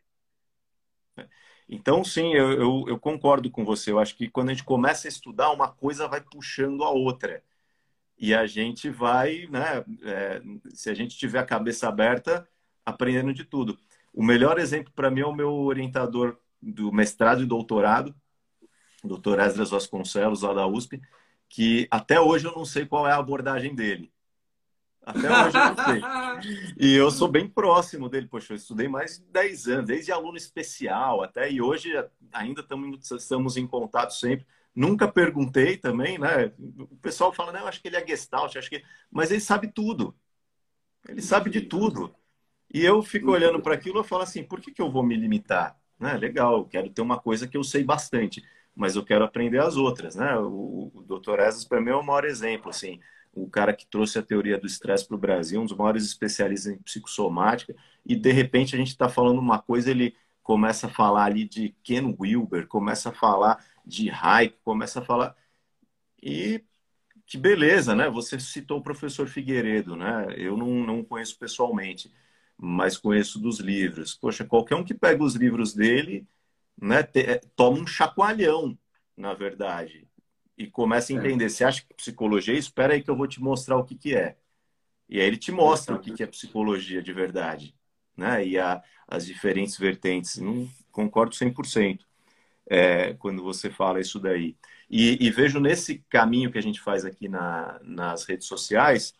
Então, sim, eu, eu, eu concordo com você. Eu acho que quando a gente começa a estudar, uma coisa vai puxando a outra. E a gente vai, né, é, se a gente tiver a cabeça aberta, aprendendo de tudo. O melhor exemplo para mim é o meu orientador do mestrado e doutorado, o doutor Esdras Vasconcelos, lá da U S P, que até hoje eu não sei qual é a abordagem dele. Até hoje eu não sei. E eu sou bem próximo dele. Poxa, eu estudei mais de dez anos, desde aluno especial até, e hoje ainda estamos, estamos em contato sempre. Nunca perguntei também, né? O pessoal fala, não, eu acho que ele é Gestalt, acho que... mas ele sabe tudo. Ele sabe de tudo. E eu fico olhando para aquilo e falo assim, por que que eu vou me limitar? Né? Legal, eu quero ter uma coisa que eu sei bastante, mas eu quero aprender as outras, né? O, o doutor Esdras, para mim, é o maior exemplo, assim. O cara que trouxe a teoria do estresse para o Brasil, um dos maiores especialistas em psicossomática, e de repente a gente está falando uma coisa, ele começa a falar ali de Ken Wilber, começa a falar de Hayek, começa a falar... E que beleza, né? Você citou o professor Figueiredo, né? Eu não, não conheço pessoalmente, mas conheço dos livros. Poxa, qualquer um que pega os livros dele, né, te, toma um chacoalhão, na verdade, e começa a entender. É. Você acha que psicologia é isso? Espera aí que eu vou te mostrar o que, que é. E aí ele te mostra o que, que é psicologia de verdade, né? E a, as diferentes vertentes. Não concordo cem por cento é, quando você fala isso daí. E, e vejo nesse caminho que a gente faz aqui na, nas redes sociais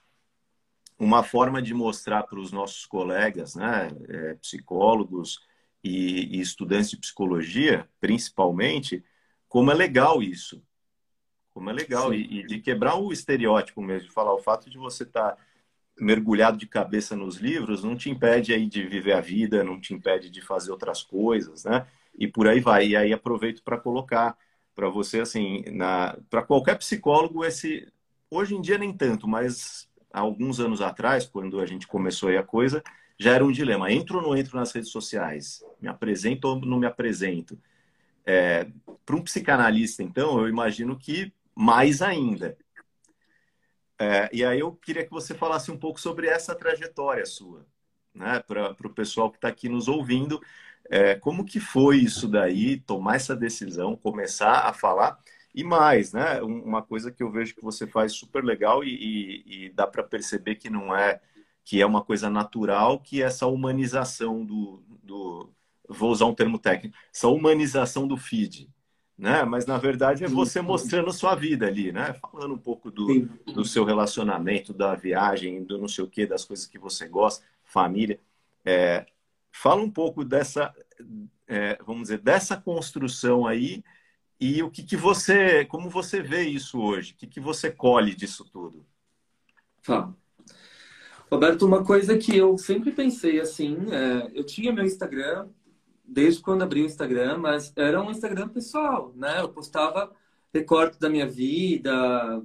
uma forma de mostrar para os nossos colegas, né, é, psicólogos e, e estudantes de psicologia, principalmente, como é legal isso. Como é legal. E, e de quebrar o estereótipo mesmo, de falar o fato de você estar mergulhado de cabeça nos livros não te impede aí de viver a vida, não te impede de fazer outras coisas, né? E por aí vai. E aí aproveito para colocar para você, assim, na... para qualquer psicólogo, esse... hoje em dia nem tanto, mas há alguns anos atrás, quando a gente começou aí a coisa, já era um dilema. Entro ou não entro nas redes sociais? Me apresento ou não me apresento? É... Para um psicanalista, então, eu imagino que mais ainda. É... E aí eu queria que você falasse um pouco sobre essa trajetória sua, né? Para o pessoal que está aqui nos ouvindo. É, como que foi isso daí, tomar essa decisão, começar a falar? E mais, né? Uma coisa que eu vejo que você faz super legal e, e, e dá para perceber que não é, que é uma coisa natural, que é essa humanização do, do... Vou usar um termo técnico, essa humanização do feed, né? Mas, na verdade, é você mostrando sua vida ali, né? Falando um pouco do, do seu relacionamento, da viagem, do não sei o quê, das coisas que você gosta, família. É... Fala um pouco dessa, é, vamos dizer, dessa construção aí e o que, que você, como você vê isso hoje? O que, que você colhe disso tudo? Fala. Roberto, uma coisa que eu sempre pensei assim, é, eu tinha meu Instagram desde quando abri o Instagram, mas era um Instagram pessoal, né? Eu postava recortes da minha vida,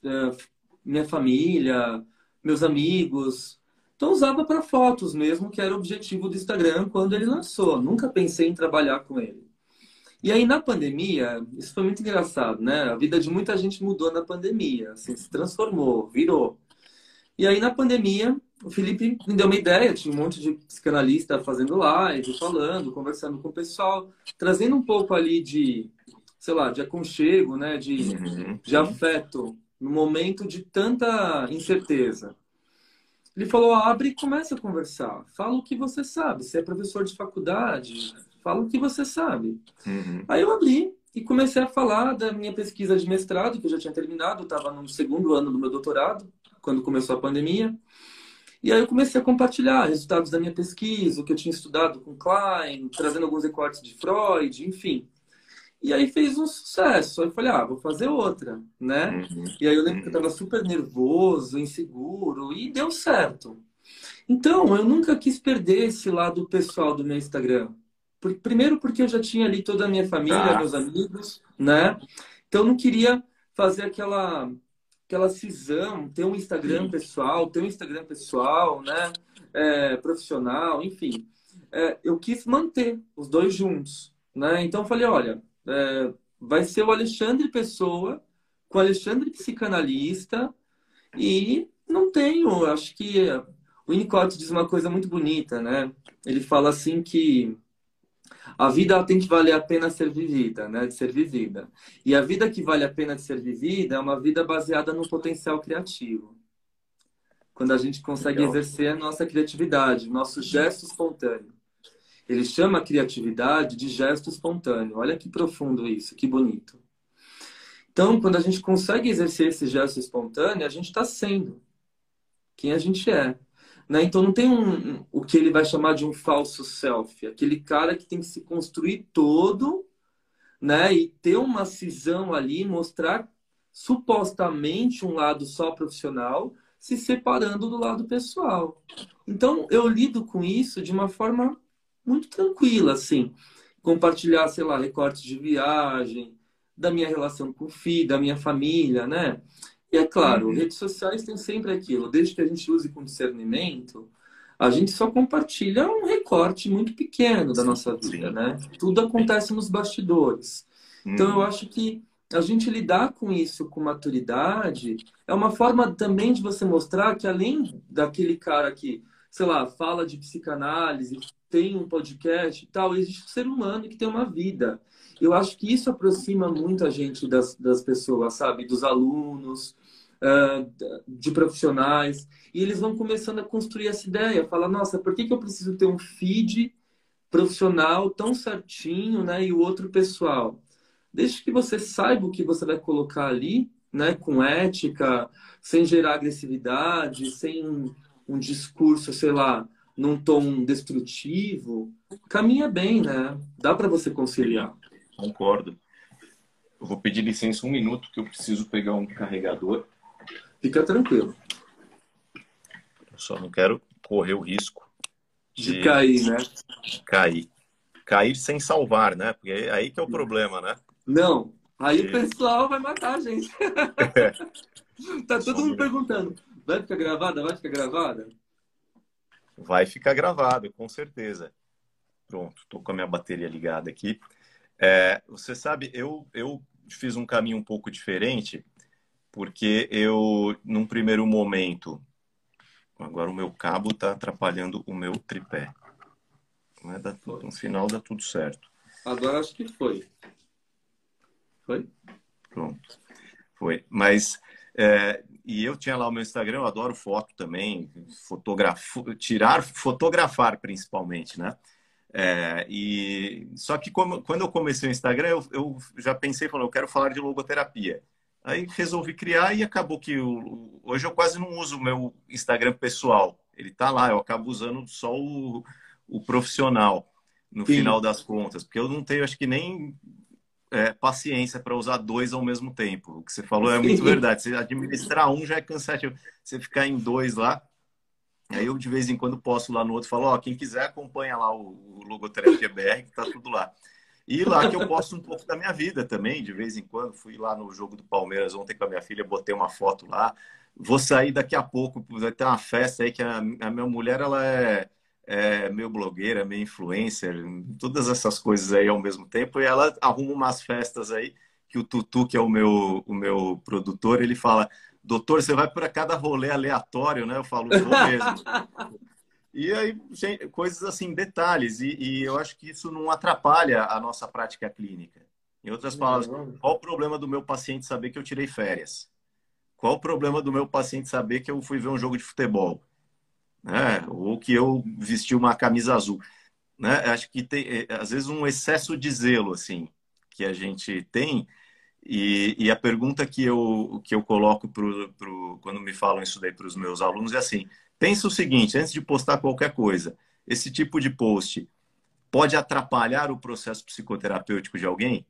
minha família, meus amigos. Então, usava para fotos mesmo, que era o objetivo do Instagram quando ele lançou. Nunca pensei em trabalhar com ele. E aí, na pandemia, isso foi muito engraçado, né? A vida de muita gente mudou na pandemia, assim, se transformou, virou. E aí, na pandemia, o Felipe me deu uma ideia. Tinha um monte de psicanalista fazendo live, falando, conversando com o pessoal, trazendo um pouco ali de, sei lá, de aconchego, né? De, Uhum. de afeto, no momento de tanta incerteza. Ele falou, abre e começa a conversar. Fala o que você sabe. Se é professor de faculdade, fala o que você sabe. Uhum. Aí eu abri e comecei a falar da minha pesquisa de mestrado, que eu já tinha terminado. Eu estava no segundo ano do meu doutorado, quando começou a pandemia. E aí eu comecei a compartilhar resultados da minha pesquisa, o que eu tinha estudado com Klein, trazendo alguns recortes de Freud, enfim. E aí fez um sucesso. Aí eu falei, ah, vou fazer outra, né? Uhum. E aí eu lembro que eu tava super nervoso, inseguro, e deu certo. Então, eu nunca quis perder esse lado pessoal do meu Instagram. Por, primeiro porque eu já tinha ali toda a minha família, Tá. meus amigos, né? Então eu não queria fazer aquela, aquela cisão, ter um Instagram Sim. pessoal, ter um Instagram pessoal, né? É, profissional, enfim. É, eu quis manter os dois juntos, né? Então eu falei, olha... É, vai ser o Alexandre Pessoa com o Alexandre Psicanalista e não tenho, acho que o Winnicott diz uma coisa muito bonita, né? Ele fala assim que a vida tem que valer a pena ser vivida, né? De ser vivida. E a vida que vale a pena de ser vivida é uma vida baseada no potencial criativo. Quando a gente consegue Legal. exercer a nossa criatividade, nosso gesto espontâneo. Ele chama a criatividade de gesto espontâneo. Olha que profundo isso, que bonito. Então, quando a gente consegue exercer esse gesto espontâneo, a gente está sendo quem a gente é. Né? Então, não tem um, um, o que ele vai chamar de um falso self. Aquele cara que tem que se construir todo, né? E ter uma cisão ali, mostrar supostamente um lado só profissional, se separando do lado pessoal. Então, eu lido com isso de uma forma muito tranquila, assim. Compartilhar, sei lá, recortes de viagem, da minha relação com o filho, da minha família, né? E é claro, Uhum. redes sociais tem sempre aquilo. Desde que a gente use com discernimento, a gente só compartilha um recorte muito pequeno da nossa vida, Sim. né? Tudo acontece nos bastidores. Então, eu Uhum. acho que a gente lidar com isso com maturidade é uma forma também de você mostrar que além daquele cara que, sei lá, fala de psicanálise, tem um podcast e tal, existe um ser humano que tem uma vida. Eu acho que isso aproxima muito a gente das, das pessoas, sabe? Dos alunos, uh, de profissionais. E eles vão começando a construir essa ideia. Falar, nossa, por que que eu preciso ter um feed profissional tão certinho, né? E o outro pessoal? Desde que você saiba o que você vai colocar ali, né? Com ética, sem gerar agressividade, sem um, um discurso, sei lá, num tom destrutivo, caminha bem, né? Dá para você conciliar. Concordo. Eu vou pedir licença um minuto que eu preciso pegar um carregador. Fica tranquilo. Eu só não quero correr o risco De de cair, né? cair. Cair sem salvar, né? Porque é aí que é o problema, né? Não. Aí o E- pessoal vai matar a gente. Tá Só todo um mundo minuto. perguntando. Vai ficar gravada? Vai ficar gravada? Vai ficar gravado, com certeza. Pronto, estou com a minha bateria ligada aqui. É, você sabe, eu, eu fiz um caminho um pouco diferente, porque eu, num primeiro momento, agora o meu cabo está atrapalhando o meu tripé. Mas dá tudo- no final dá tudo certo. Agora acho que foi. Foi? Pronto, foi. Mas, é, e eu tinha lá o meu Instagram, eu adoro foto também, fotografo, tirar, fotografar principalmente, né? É, e só que como, quando eu comecei o Instagram, eu, eu já pensei, falando, eu quero falar de logoterapia. Aí resolvi criar e acabou que eu, hoje eu quase não uso o meu Instagram pessoal. Ele tá lá, eu acabo usando só o, o profissional no final Sim. das contas, porque eu não tenho, acho que nem é, paciência para usar dois ao mesmo tempo. O que você falou é muito Sim. verdade. Você administrar um já é cansativo. Você ficar em dois lá. Aí eu de vez em quando posto lá no outro, falo, ó, quem quiser acompanha lá o, o Logoterapia B R, que tá tudo lá. E lá que eu posto um pouco da minha vida também, de vez em quando. Fui lá no jogo do Palmeiras ontem com a minha filha, botei uma foto lá. Vou sair daqui a pouco, vai ter uma festa aí que a, a minha mulher, ela é, é meio blogueira, meio influencer, todas essas coisas aí ao mesmo tempo. E ela arruma umas festas aí, que o Tutu, que é o meu, o meu produtor, ele fala... Doutor, você vai para cada rolê aleatório, né? Eu falo, vou mesmo. E aí, gente, coisas assim, detalhes. E, e eu acho que isso não atrapalha a nossa prática clínica. Em outras palavras, qual o problema do meu paciente saber que eu tirei férias? Qual o problema do meu paciente saber que eu fui ver um jogo de futebol? Né? Ou que eu vesti uma camisa azul? Né? Acho que tem, às vezes, um excesso de zelo, assim, que a gente tem. E, e a pergunta que eu, que eu coloco pro, pro, quando me falam isso daí para os meus alunos é assim: pensa o seguinte, antes de postar qualquer coisa, esse tipo de post pode atrapalhar o processo psicoterapêutico de alguém?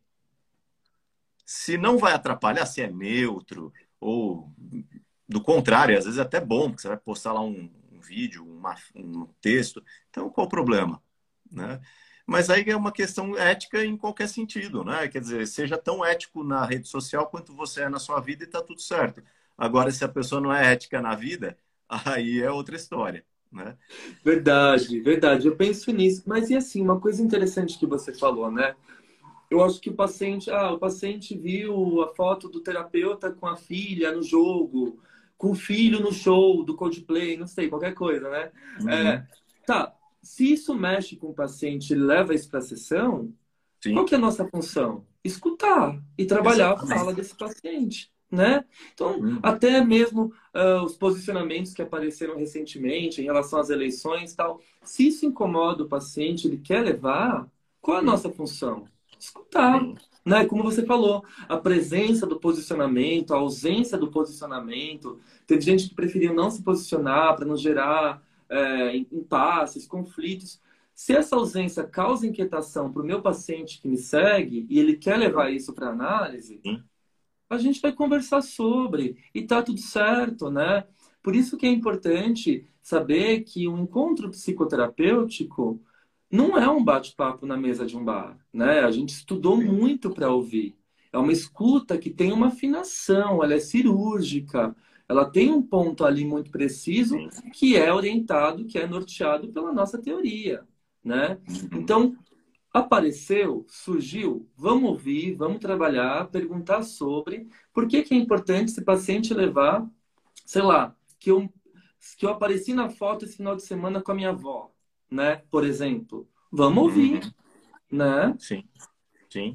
Se não vai atrapalhar, se é neutro, ou do contrário, às vezes é até bom, porque você vai postar lá um, um vídeo, uma, um texto, então qual o problema? Né? Mas aí é uma questão ética em qualquer sentido, né? Quer dizer, seja tão ético na rede social quanto você é na sua vida e tá tudo certo. Agora, se a pessoa não é ética na vida, aí é outra história, né? Verdade, verdade. Eu penso nisso. Mas e assim, uma coisa interessante que você falou, né? Eu acho que o paciente, ah, o paciente viu a foto do terapeuta com a filha no jogo, com o filho no show do Coldplay, não sei, qualquer coisa, né? É, Uhum. tá, se isso mexe com o paciente e leva isso para a sessão, qual Sim, que é a nossa função? Escutar e trabalhar a fala exatamente. desse paciente, né? Então, Hum. até mesmo uh, os posicionamentos que apareceram recentemente em relação às eleições e tal, se isso incomoda o paciente, ele quer levar, qual é a nossa função? Escutar, Sim. né? Como você falou, a presença do posicionamento, a ausência do posicionamento. Teve gente que preferiu não se posicionar para não gerar é, impasses, conflitos. Se essa ausência causa inquietação para o meu paciente que me segue e ele quer levar isso para análise, Sim. a gente vai conversar sobre e tá tudo certo, né? Por isso que é importante saber que um encontro psicoterapêutico não é um bate-papo na mesa de um bar, né? A gente estudou muito para ouvir. É uma escuta que tem uma afinação, ela é cirúrgica, ela tem um ponto ali muito preciso Sim. que é orientado, que é norteado pela nossa teoria, né? Uhum. Então, apareceu, surgiu, vamos ouvir, vamos trabalhar, perguntar sobre por que que é importante esse paciente levar, sei lá, que eu, que eu apareci na foto esse final de semana com a minha avó, né? Por exemplo. Vamos ouvir, Uhum. né? Sim, sim.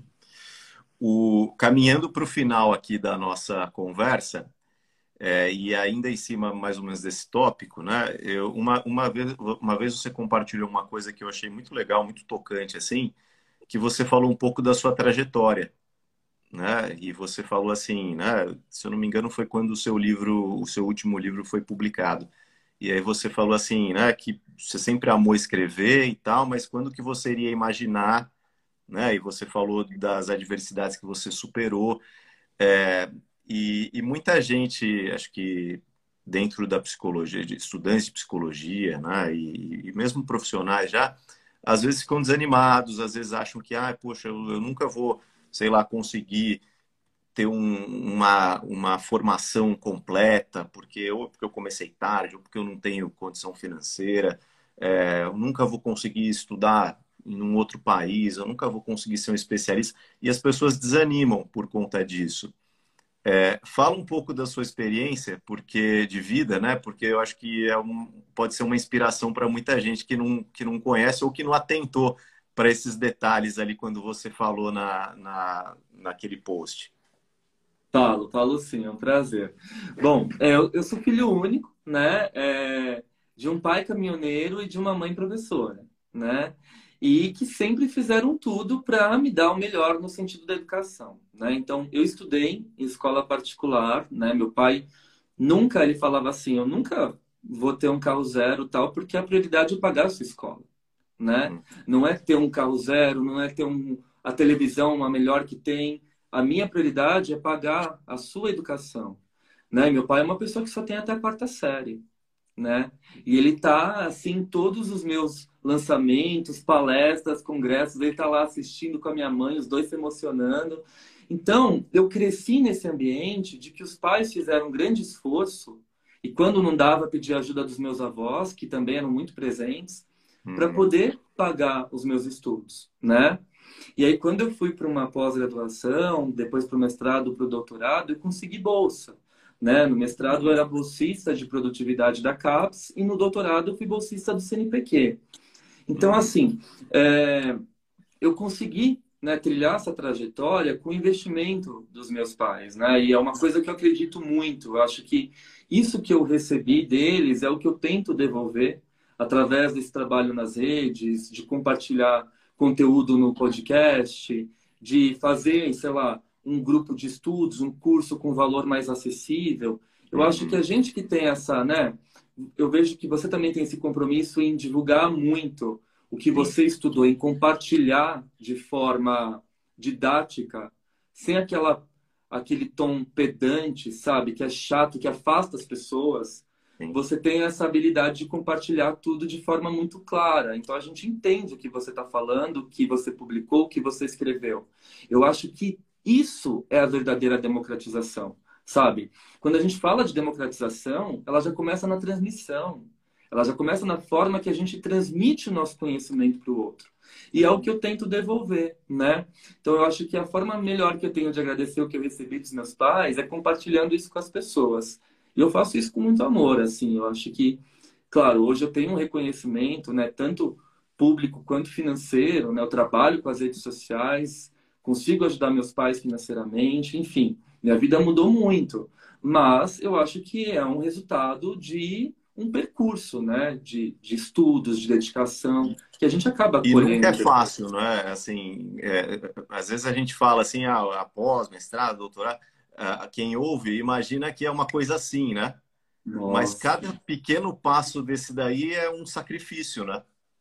O, caminhando para o final aqui da nossa conversa, é, e ainda em cima mais ou menos desse tópico, né? Eu, uma, uma vez, uma vez você compartilhou uma coisa que eu achei muito legal, muito tocante, assim, que você falou um pouco da sua trajetória, né? E você falou assim, né? Se eu não me engano, foi quando o seu livro, o seu último livro foi publicado. E aí você falou assim, né? Que você sempre amou escrever e tal, mas quando que você iria imaginar, né? E você falou das adversidades que você superou. É, e, e muita gente, acho que dentro da psicologia, de estudantes de psicologia, né? E, e mesmo profissionais já, às vezes ficam desanimados, às vezes acham que, ah, poxa, eu, eu nunca vou, sei lá, conseguir ter um, uma, uma formação completa, porque ou porque eu comecei tarde, ou porque eu não tenho condição financeira, é, eu nunca vou conseguir estudar em um outro país, eu nunca vou conseguir ser um especialista, e as pessoas desanimam por conta disso. É, fala um pouco da sua experiência, porque de vida, né? Porque eu acho que é um, pode ser uma inspiração para muita gente que não, que não conhece ou que não atentou para esses detalhes ali quando você falou na, na, naquele post. Falo, falo sim, é um prazer. Bom, é, eu, eu sou filho único, né? É, de um pai caminhoneiro e de uma mãe professora, né? E que sempre fizeram tudo para me dar o melhor no sentido da educação, né? Então, eu estudei em escola particular, né? Meu pai nunca, ele falava assim, eu nunca vou ter um carro zero, tal, porque a prioridade é pagar a sua escola, né? Uhum. Não é ter um carro zero, não é ter um, a televisão a melhor que tem. A minha prioridade é pagar a sua educação, né? Meu pai é uma pessoa que só tem até a quarta série, né? E ele tá assim em todos os meus lançamentos, palestras, congressos, ele tá lá assistindo com a minha mãe, os dois se emocionando. Então, eu cresci nesse ambiente de que os pais fizeram um grande esforço e quando não dava, pedir ajuda dos meus avós, que também eram muito presentes, para Uhum. poder pagar os meus estudos, né? E aí, quando eu fui para uma pós-graduação, depois para o mestrado, para o doutorado, eu consegui bolsa, né? No mestrado, eu era bolsista de produtividade da CAPES e no doutorado, eu fui bolsista do C N P Q. Então, Uhum. assim, é, eu consegui, né, trilhar essa trajetória com o investimento dos meus pais, né? E é uma coisa que eu acredito muito. Eu acho que isso que eu recebi deles é o que eu tento devolver através desse trabalho nas redes, de compartilhar conteúdo no podcast, de fazer, sei lá, um grupo de estudos, um curso com valor mais acessível. Eu acho que Uhum. a gente que tem essa, né? Eu vejo que você também tem esse compromisso em divulgar muito o que Sim. você estudou, em compartilhar de forma didática, sem aquela, aquele tom pedante, sabe? Que é chato, que afasta as pessoas. Sim. Você tem essa habilidade de compartilhar tudo de forma muito clara. Então a gente entende o que você está falando, o que você publicou, o que você escreveu. Eu acho que isso é a verdadeira democratização, sabe? Quando a gente fala de democratização, ela já começa na transmissão. Ela já começa na forma que a gente transmite o nosso conhecimento para o outro. E é o que eu tento devolver, né? Então, eu acho que a forma melhor que eu tenho de agradecer o que eu recebi dos meus pais é compartilhando isso com as pessoas. E eu faço isso com muito amor, assim. Eu acho que, claro, hoje eu tenho um reconhecimento, né? Tanto público quanto financeiro, né? Eu trabalho com as redes sociais, consigo ajudar meus pais financeiramente, enfim. Minha vida mudou muito, mas eu acho que é um resultado de um percurso, né? De, de estudos, de dedicação, que a gente acaba E nunca é colhendo depois. fácil, não é? Assim, é, às vezes a gente fala assim, ah, após mestrado, doutorado, ah, quem ouve imagina que é uma coisa assim, né? Mas Nossa, cada pequeno passo desse daí é um sacrifício, né?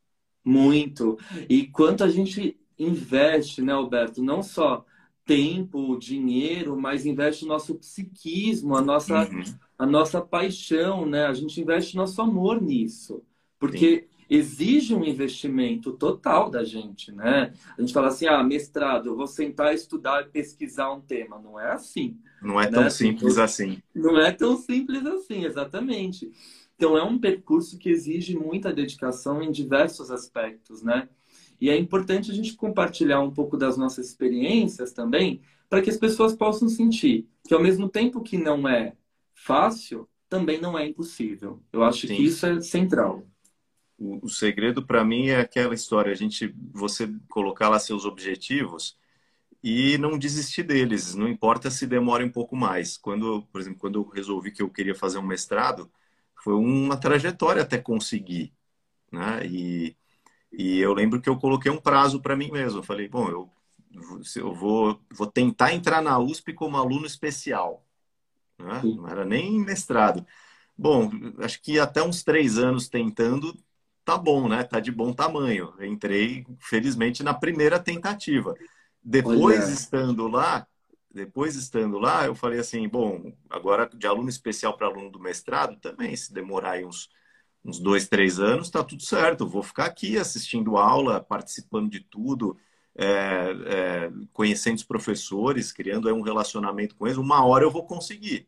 muito. E quanto a gente investe, né, Alberto? Não só tempo, dinheiro, mas investe o nosso psiquismo, a nossa, Uhum. a nossa paixão, né? A gente investe nosso amor nisso. Sim. Porque exige um investimento total da gente, né? A gente fala assim, ah, mestrado, eu vou sentar, estudar e pesquisar um tema. Não é assim, Não é tão né? Tem simples todo... assim. Não é tão simples assim, exatamente. Então, é um percurso que exige muita dedicação em diversos aspectos, né? E é importante a gente compartilhar um pouco das nossas experiências também, para que as pessoas possam sentir que, ao mesmo tempo que não é fácil, também não é impossível. Eu acho que Sim. isso é central. O, o segredo para mim é aquela história, a gente, você colocar lá seus objetivos e não desistir deles, não importa se demore um pouco mais. Quando, por exemplo, quando eu resolvi que eu queria fazer um mestrado, foi uma trajetória até conseguir, né? E, e eu lembro que eu coloquei um prazo para mim mesmo. Eu falei, bom, eu, eu vou, vou tentar entrar na U S P como aluno especial, né? Sim. Não era nem mestrado. Bom, acho que até uns três anos tentando, tá bom, né? Tá de bom tamanho. Eu entrei, felizmente, na primeira tentativa. Depois, Olha, estando lá, depois estando lá, eu falei assim, bom, agora de aluno especial para aluno do mestrado, também, se demorar aí uns, uns dois, três anos, tá tudo certo. Eu vou ficar aqui assistindo aula, participando de tudo, é, é, conhecendo os professores, criando aí um relacionamento com eles. Uma hora eu vou conseguir.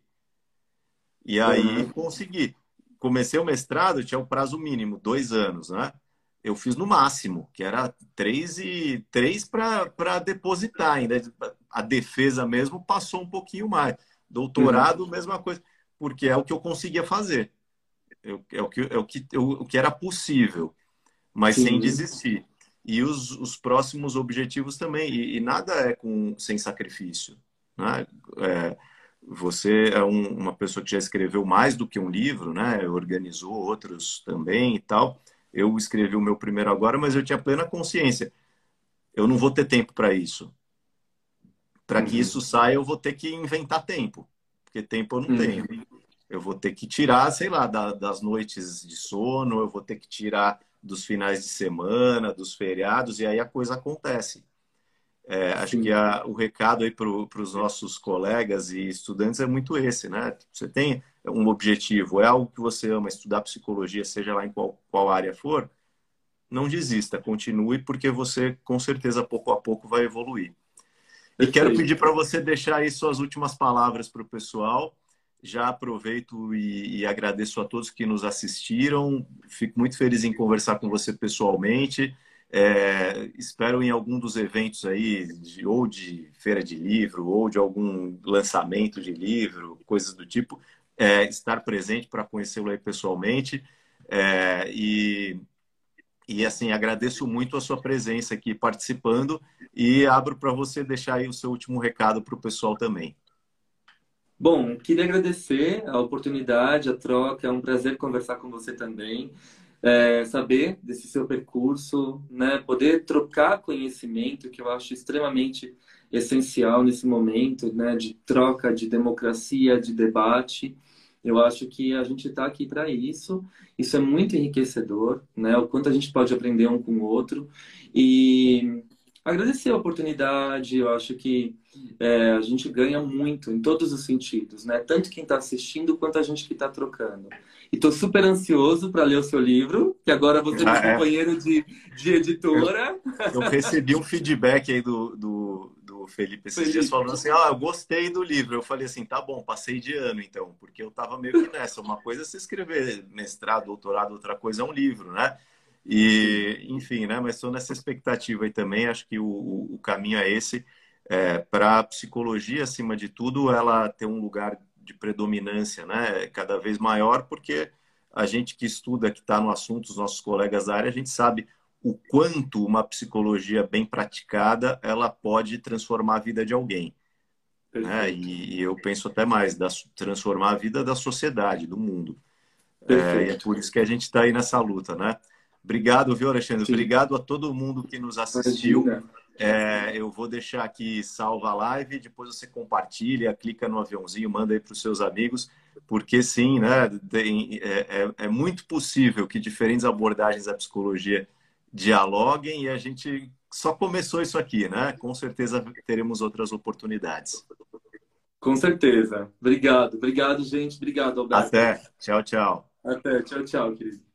E aí aham, consegui. Comecei o mestrado, tinha o prazo mínimo, dois anos, né? Eu fiz no máximo, que era três e três para depositar ainda. A defesa mesmo passou um pouquinho mais. uhum, Doutorado, mesma coisa, porque é o que eu conseguia fazer. Eu, é o que, é o que, eu, o que era possível, mas sem sim, desistir. E os, os próximos objetivos também. E, e nada é com, sem sacrifício, né? É, você é um, uma pessoa que já escreveu mais do que um livro, né? Organizou outros também e tal. Eu escrevi o meu primeiro agora, mas eu tinha plena consciência. Eu não vou ter tempo para isso. Para que uhum, isso saia, eu vou ter que inventar tempo, porque tempo eu não tenho. uhum, Eu vou ter que tirar, sei lá, da, das noites de sono, eu vou ter que tirar dos finais de semana, dos feriados, e aí a coisa acontece. É, acho que sim. a, o recado aí para os nossos colegas e estudantes é muito esse, né? Você tem um objetivo, é algo que você ama, estudar psicologia, seja lá em qual, qual área for, não desista, continue, porque você, com certeza, pouco a pouco vai evoluir. E quero pedir para Perfeito. você deixar aí suas últimas palavras para o pessoal. Já aproveito e, e agradeço a todos que nos assistiram. Fico muito feliz em conversar com você pessoalmente. É, espero em algum dos eventos aí, de, ou de feira de livro, ou de algum lançamento de livro, coisas do tipo, é, estar presente para conhecê-lo aí pessoalmente. É, e e assim, agradeço muito a sua presença aqui participando e abro para você deixar aí o seu último recado para o pessoal também. Bom, queria agradecer a oportunidade, a troca. É um prazer conversar com você também. É, saber desse seu percurso, né? Poder trocar conhecimento, que eu acho extremamente essencial nesse momento, né? De troca, de democracia, de debate. Eu acho que a gente está aqui para isso. Isso é muito enriquecedor, né? O quanto a gente pode aprender um com o outro. E agradecer a oportunidade. Eu acho que é, a gente ganha muito em todos os sentidos, né? Tanto quem está assistindo quanto a gente que está trocando. E estou super ansioso para ler o seu livro, que agora você é Ah, meu é. companheiro de, de Eu, editora. eu recebi um feedback aí do, do, do Felipe esses dias Felipe. falando assim, ah, eu gostei do livro. Eu falei assim, tá bom, passei de ano então, porque eu tava meio que nessa. Uma coisa é você escrever mestrado, doutorado, outra coisa é um livro, né? Sim, E, enfim, né? Mas estou nessa expectativa aí também. Acho que o, o o caminho é esse. É, para a psicologia, acima de tudo, ela tem um lugar de predominância, né? Cada vez maior, porque a gente que estuda, que está no assunto, os nossos colegas da área, a gente sabe o quanto uma psicologia bem praticada ela pode transformar a vida de alguém. né? Perfeito. E, e eu penso até mais, da, transformar a vida da sociedade, do mundo. É, e é Perfeito. por isso que a gente está aí nessa luta, né? Obrigado, viu, Alexandre? Sim. Obrigado a todo mundo que nos assistiu. Imagina. É, eu vou deixar aqui salva a live, depois você compartilha, clica no aviãozinho, manda aí para os seus amigos, porque sim, né? Tem, é, é, é muito possível que diferentes abordagens da psicologia dialoguem e a gente só começou isso aqui, né? Com certeza teremos outras oportunidades. Com certeza. Obrigado. Obrigado, gente. Obrigado, Alberto. Até. Tchau, tchau. Até. Tchau, tchau, querido.